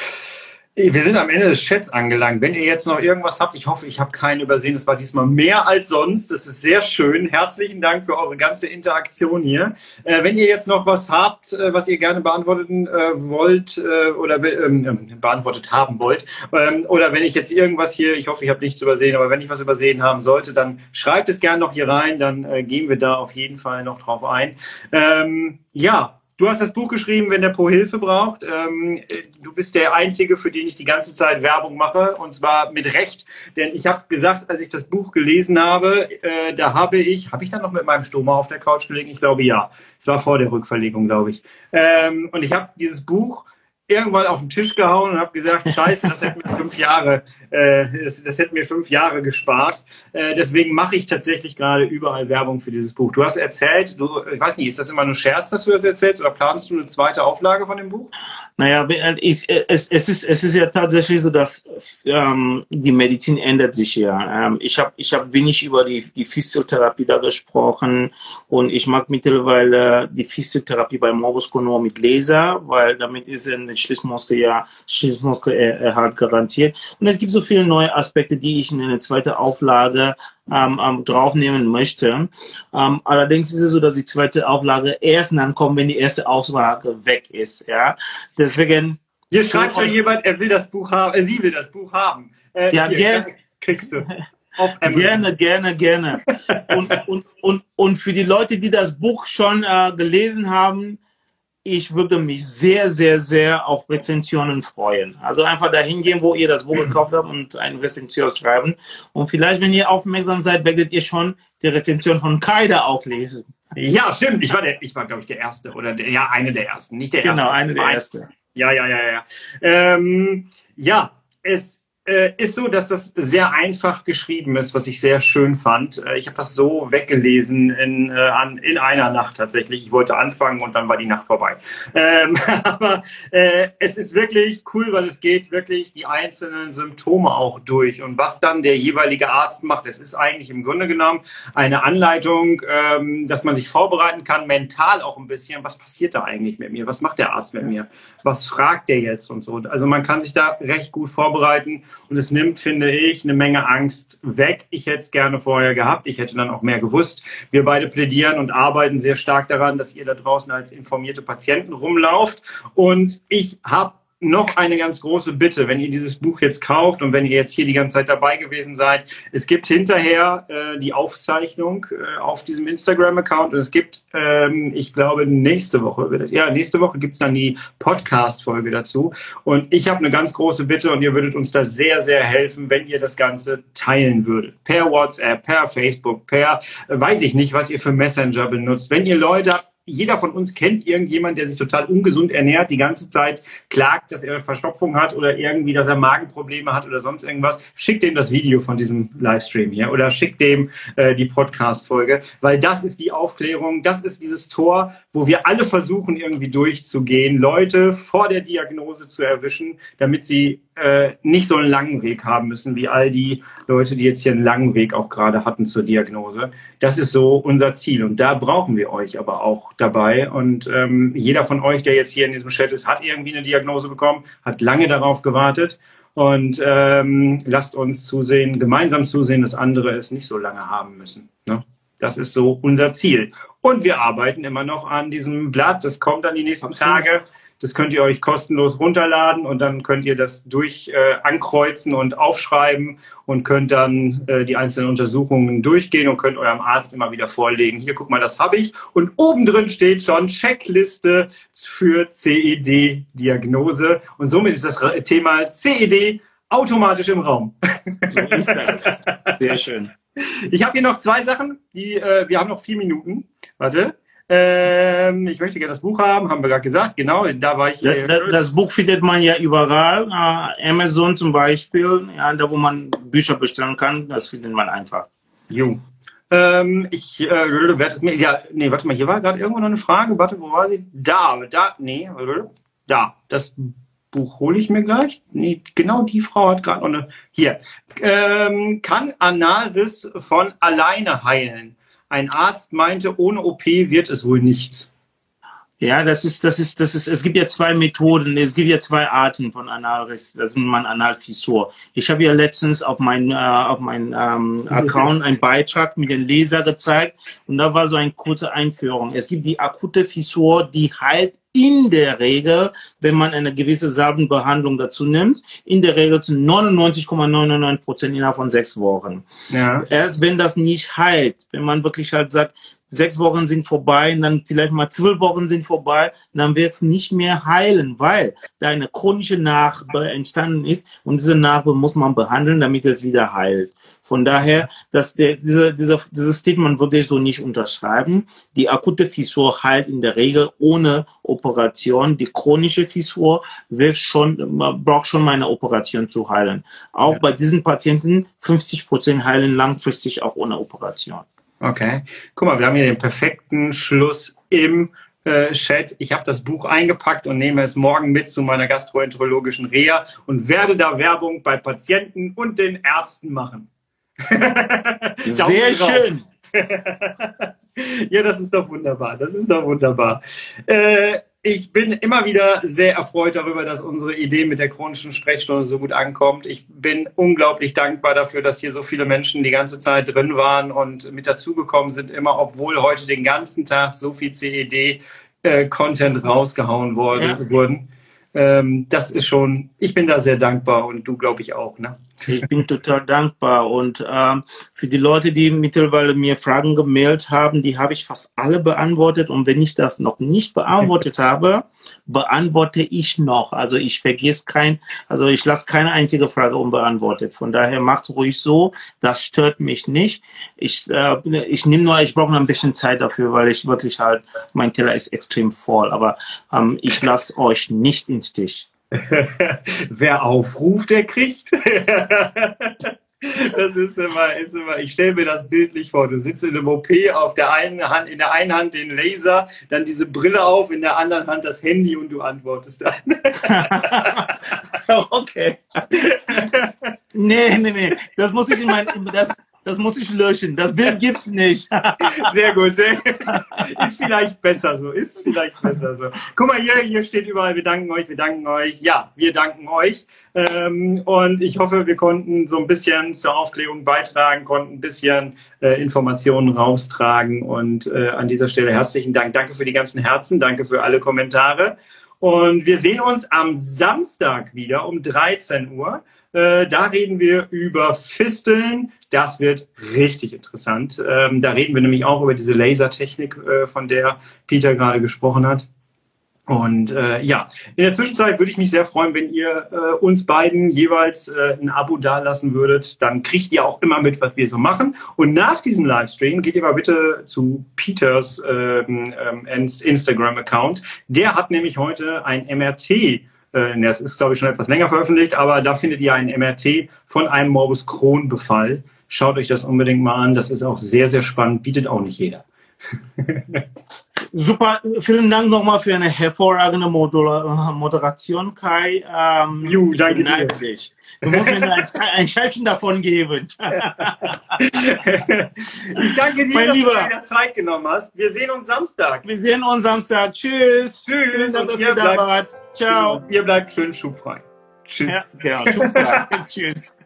Wir sind am Ende des Chats angelangt. Wenn ihr jetzt noch irgendwas habt, ich hoffe, ich habe keinen übersehen. Es war diesmal mehr als sonst. Das ist sehr schön. Herzlichen Dank für eure ganze Interaktion hier. Äh, wenn ihr jetzt noch was habt, äh, was ihr gerne beantworten äh, wollt äh, oder ähm, beantwortet haben wollt, ähm, oder wenn ich jetzt irgendwas hier, ich hoffe, ich habe nichts übersehen, aber wenn ich was übersehen haben sollte, dann schreibt es gerne noch hier rein. Dann äh, gehen wir da auf jeden Fall noch drauf ein. Ähm, ja. Du hast das Buch geschrieben, wenn der Po Hilfe braucht. Ähm, du bist der Einzige, für den ich die ganze Zeit Werbung mache, und zwar mit Recht. Denn ich habe gesagt, als ich das Buch gelesen habe, äh, da habe ich, habe ich dann noch mit meinem Stoma auf der Couch gelegen? Ich glaube, ja. Es war vor der Rückverlegung, glaube ich. Ähm, und ich habe dieses Buch irgendwann auf den Tisch gehauen und habe gesagt, scheiße, das hätte mir fünf Jahre, äh, das, das hätte mir fünf Jahre gespart. Äh, deswegen mache ich tatsächlich gerade überall Werbung für dieses Buch. Du hast erzählt, du, ich weiß nicht, ist das immer nur Scherz, dass du das erzählst, oder planst du eine zweite Auflage von dem Buch? Naja, ich, es, es, ist, es ist ja tatsächlich so, dass ähm, die Medizin ändert sich ja. Ähm, ich habe ich hab wenig über die, die Physiotherapie da gesprochen und ich mag mittlerweile die Physiotherapie bei Morbus Crohn nur mit Laser, weil damit ist ein Schließmuskel ja Schließmuskelerhalt garantiert. Und es gibt so viele neue Aspekte, die ich in eine zweite Auflage ähm, ähm, draufnehmen möchte. Ähm, allerdings ist es so, dass die zweite Auflage erst dann kommt, wenn die erste Auflage weg ist. Ja, deswegen. Hier schreibt ja jemand, er will das Buch haben, äh, sie will das Buch haben. Äh, ja, hier, gerne. Kriegst du. Gerne, gerne, gerne. und, und, und, und für die Leute, die das Buch schon äh, gelesen haben, ich würde mich sehr, sehr, sehr auf Rezensionen freuen. Also einfach dahin gehen, wo ihr das Buch gekauft habt und eine Rezension schreiben. Und vielleicht, wenn ihr aufmerksam seid, werdet ihr schon die Rezension von Kaida auch lesen. Ja, stimmt. Ich war, der, ich war, glaube ich, der Erste. Oder der, ja, eine der Ersten. Nicht der Erste. Genau, eine der Ersten. Ja, ja, ja, ja. Ähm, ja, es äh, ist so, dass das sehr einfach geschrieben ist, was ich sehr schön fand. Äh, ich habe das so weggelesen in, äh, an, in einer Nacht tatsächlich. Ich wollte anfangen und dann war die Nacht vorbei. Ähm, aber äh, es ist wirklich cool, weil es geht wirklich die einzelnen Symptome auch durch. Und was dann der jeweilige Arzt macht, es ist eigentlich im Grunde genommen eine Anleitung, ähm, dass man sich vorbereiten kann, mental auch ein bisschen. Was passiert da eigentlich mit mir? Was macht der Arzt mit mir? Was fragt der jetzt und so? Also man kann sich da recht gut vorbereiten. und es nimmt, finde ich, eine Menge Angst weg. Ich hätte es gerne vorher gehabt, ich hätte dann auch mehr gewusst. Wir beide plädieren und arbeiten sehr stark daran, dass ihr da draußen als informierte Patienten rumlauft, und ich habe noch eine ganz große Bitte, wenn ihr dieses Buch jetzt kauft und wenn ihr jetzt hier die ganze Zeit dabei gewesen seid. Es gibt hinterher äh, die Aufzeichnung äh, auf diesem Instagram-Account, und es gibt, ähm, ich glaube, nächste Woche, wird es, ja, nächste Woche gibt's dann die Podcast-Folge dazu. Und ich habe eine ganz große Bitte, und ihr würdet uns da sehr, sehr helfen, wenn ihr das Ganze teilen würdet. Per WhatsApp, per Facebook, per, äh, weiß ich nicht, was ihr für Messenger benutzt. Wenn ihr Leute habt, jeder von uns kennt irgendjemand, der sich total ungesund ernährt, die ganze Zeit klagt, dass er Verstopfung hat oder irgendwie, dass er Magenprobleme hat oder sonst irgendwas. Schickt dem das Video von diesem Livestream hier oder schickt dem äh, die Podcast-Folge, weil das ist die Aufklärung, das ist dieses Tor, wo wir alle versuchen, irgendwie durchzugehen, Leute vor der Diagnose zu erwischen, damit sie äh, nicht so einen langen Weg haben müssen, wie all die Leute, die jetzt hier einen langen Weg auch gerade hatten zur Diagnose. Das ist so unser Ziel, und da brauchen wir euch aber auch dabei, und ähm, jeder von euch, der jetzt hier in diesem Chat ist, hat irgendwie eine Diagnose bekommen, hat lange darauf gewartet, und ähm, lasst uns zusehen, gemeinsam zusehen, dass andere es nicht so lange haben müssen, ne? Das ist so unser Ziel, und wir arbeiten immer noch an diesem Blatt, das kommt dann die nächsten Absolut. Tage. Das könnt ihr euch kostenlos runterladen, und dann könnt ihr das durch äh, ankreuzen und aufschreiben und könnt dann äh, die einzelnen Untersuchungen durchgehen und könnt eurem Arzt immer wieder vorlegen. Hier, guck mal, das habe ich. Und oben drin steht schon Checkliste für C E D-Diagnose. Und somit ist das Thema C E D automatisch im Raum. So ist das. Sehr schön. Ich habe hier noch zwei Sachen. Die, äh, wir haben noch vier Minuten. Warte. Ähm, ich möchte gerne das Buch haben, haben wir gerade gesagt, genau, da war ich. Äh, das, das Buch findet man ja überall, äh, Amazon zum Beispiel, ja, da wo man Bücher bestellen kann, das findet man einfach. Jo. Ähm, ich äh, werde es mir, ja, nee, warte mal, hier war gerade irgendwo noch eine Frage, warte, wo war sie? Da, da, nee, da, das Buch hole ich mir gleich. Nee, genau die Frau hat gerade noch eine, hier. Ähm, kann Analriss von alleine heilen? Ein Arzt meinte, ohne O P wird es wohl nichts. Ja, das ist, das ist, das ist, es gibt ja zwei Methoden, es gibt ja zwei Arten von Analriss, das ist man Analfissur. Ich habe ja letztens auf meinem äh, auf meinem ähm, Account einen Beitrag mit dem Laser gezeigt, und da war so eine kurze Einführung. Es gibt die akute Fissur, die heilt in der Regel, wenn man eine gewisse Salbenbehandlung dazu nimmt, in der Regel zu neunundneunzig Komma neunundneunzig Prozent innerhalb von sechs Wochen. Ja. Erst wenn das nicht heilt, wenn man wirklich halt sagt, sechs Wochen sind vorbei, und dann vielleicht mal zwölf Wochen sind vorbei, dann wird es nicht mehr heilen, weil da eine chronische Narbe entstanden ist, und diese Narbe muss man behandeln, damit es wieder heilt. Von daher, dass der, diese, diese, dieses Statement würde ich so nicht unterschreiben. Die akute Fissur heilt in der Regel ohne Operation. Die chronische Fissur wird schon, man braucht schon mal eine Operation zu heilen. Auch ja. Bei diesen Patienten fünfzig Prozent heilen langfristig auch ohne Operation. Okay. Guck mal, wir haben hier den perfekten Schluss im äh, Chat. Ich habe das Buch eingepackt und nehme es morgen mit zu meiner gastroenterologischen Reha und werde da Werbung bei Patienten und den Ärzten machen. Sehr schön. Ja, das ist doch wunderbar. Das ist doch wunderbar. Äh, ich bin immer wieder sehr erfreut darüber, dass unsere Idee mit der chronischen Sprechstunde so gut ankommt. Ich bin unglaublich dankbar dafür, dass hier so viele Menschen die ganze Zeit drin waren und mit dazugekommen sind, immer obwohl heute den ganzen Tag so viel C E D-Content äh, rausgehauen worden, ja. wurden. Ähm, das ist schon, ich bin da sehr dankbar, und du, glaube ich, auch, ne? Ich bin total dankbar, und ähm, für die Leute, die mittlerweile mir Fragen gemailt haben, die habe ich fast alle beantwortet, und wenn ich das noch nicht beantwortet habe, beantworte ich noch. Also ich vergesse kein, also ich lasse keine einzige Frage unbeantwortet. Von daher macht's ruhig so, das stört mich nicht. Ich äh, ich nehme nur, ich brauche noch ein bisschen Zeit dafür, weil ich wirklich halt, mein Teller ist extrem voll, aber ähm, ich lasse euch nicht im Stich. Wer aufruft, der kriegt. Das ist immer, ist immer, ich stelle mir das bildlich vor. Du sitzt in einem O P, auf der einen Hand, in der einen Hand den Laser, dann diese Brille auf, in der anderen Hand das Handy, und du antwortest dann. Okay. Nee, nee, nee. Das muss ich in mein, das, das muss ich löschen. Das Bild gibt's nicht. Sehr gut. Sehr, ist vielleicht besser so. Ist vielleicht besser so. Guck mal, hier, hier steht überall, wir danken euch, wir danken euch. Ja, wir danken euch. Ähm, und ich hoffe, wir konnten so ein bisschen zur Aufklärung beitragen, konnten ein bisschen äh, Informationen raustragen. Und äh, an dieser Stelle herzlichen Dank. Danke für die ganzen Herzen. Danke für alle Kommentare. Und wir sehen uns am Samstag wieder um dreizehn Uhr. Äh, da reden wir über Fisteln. Das wird richtig interessant. Ähm, da reden wir nämlich auch über diese Lasertechnik, äh, von der Peter gerade gesprochen hat. Und äh, ja, in der Zwischenzeit würde ich mich sehr freuen, wenn ihr äh, uns beiden jeweils äh, ein Abo dalassen würdet. Dann kriegt ihr auch immer mit, was wir so machen. Und nach diesem Livestream geht ihr mal bitte zu Peters ähm, ähm, Instagram-Account. Der hat nämlich heute ein M R T. Das ist, glaube ich, schon etwas länger veröffentlicht, aber da findet ihr ein M R T von einem Morbus Crohn-Befall. Schaut euch das unbedingt mal an. Das ist auch sehr, sehr spannend. Bietet auch nicht jeder. Super. Vielen Dank nochmal für eine hervorragende Moderation, Kai. Ähm, Ju, danke dir. Du musst mir ein, ein Scheibchen davon geben. Ich danke dir, mein dass Lieber. du dir Zeit genommen hast. Wir sehen uns Samstag. Wir sehen uns Samstag. Tschüss. Tschüss. Vielen Dank, dass ihr ihr da bleibt, wart. Ciao. Genau, ihr bleibt schön schubfrei. Tschüss. Ja, genau. Schubfrei. Tschüss.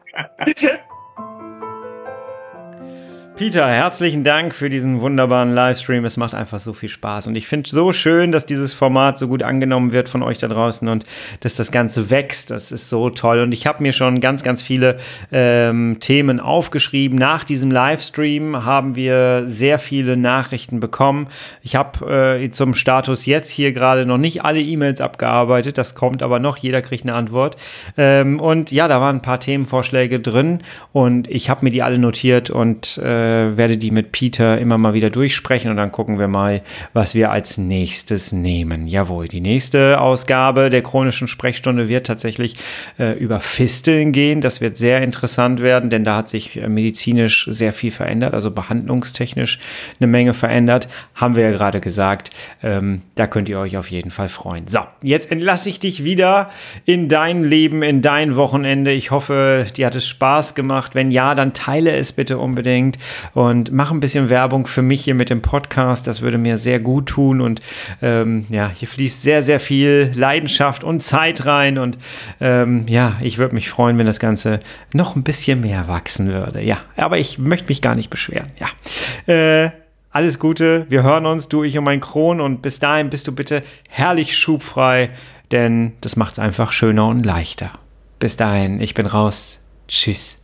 Peter, herzlichen Dank für diesen wunderbaren Livestream. Es macht einfach so viel Spaß. Und ich finde es so schön, dass dieses Format so gut angenommen wird von euch da draußen und dass das Ganze wächst. Das ist so toll. Und ich habe mir schon ganz, ganz viele ähm, Themen aufgeschrieben. Nach diesem Livestream haben wir sehr viele Nachrichten bekommen. Ich habe äh, zum Status jetzt hier gerade noch nicht alle E-Mails abgearbeitet. Das kommt aber noch. Jeder kriegt eine Antwort. Ähm, und ja, da waren ein paar Themenvorschläge drin. Und ich habe mir die alle notiert und äh, werde die mit Peter immer mal wieder durchsprechen und dann gucken wir mal, was wir als nächstes nehmen. Jawohl, die nächste Ausgabe der chronischen Sprechstunde wird tatsächlich äh, über Fisteln gehen. Das wird sehr interessant werden, denn da hat sich äh, medizinisch sehr viel verändert, also behandlungstechnisch eine Menge verändert. Haben wir ja gerade gesagt. Ähm, da könnt ihr euch auf jeden Fall freuen. So, jetzt entlasse ich dich wieder in dein Leben, in dein Wochenende. Ich hoffe, dir hat es Spaß gemacht. Wenn ja, dann teile es bitte unbedingt. Und mach ein bisschen Werbung für mich hier mit dem Podcast. Das würde mir sehr gut tun. Und ähm, ja, hier fließt sehr, sehr viel Leidenschaft und Zeit rein. Und ähm, ja, ich würde mich freuen, wenn das Ganze noch ein bisschen mehr wachsen würde. Ja, aber ich möchte mich gar nicht beschweren. Ja, äh, alles Gute. Wir hören uns, du, ich und mein Kron. Und bis dahin bist du bitte herrlich schubfrei, denn das macht es einfach schöner und leichter. Bis dahin, ich bin raus. Tschüss.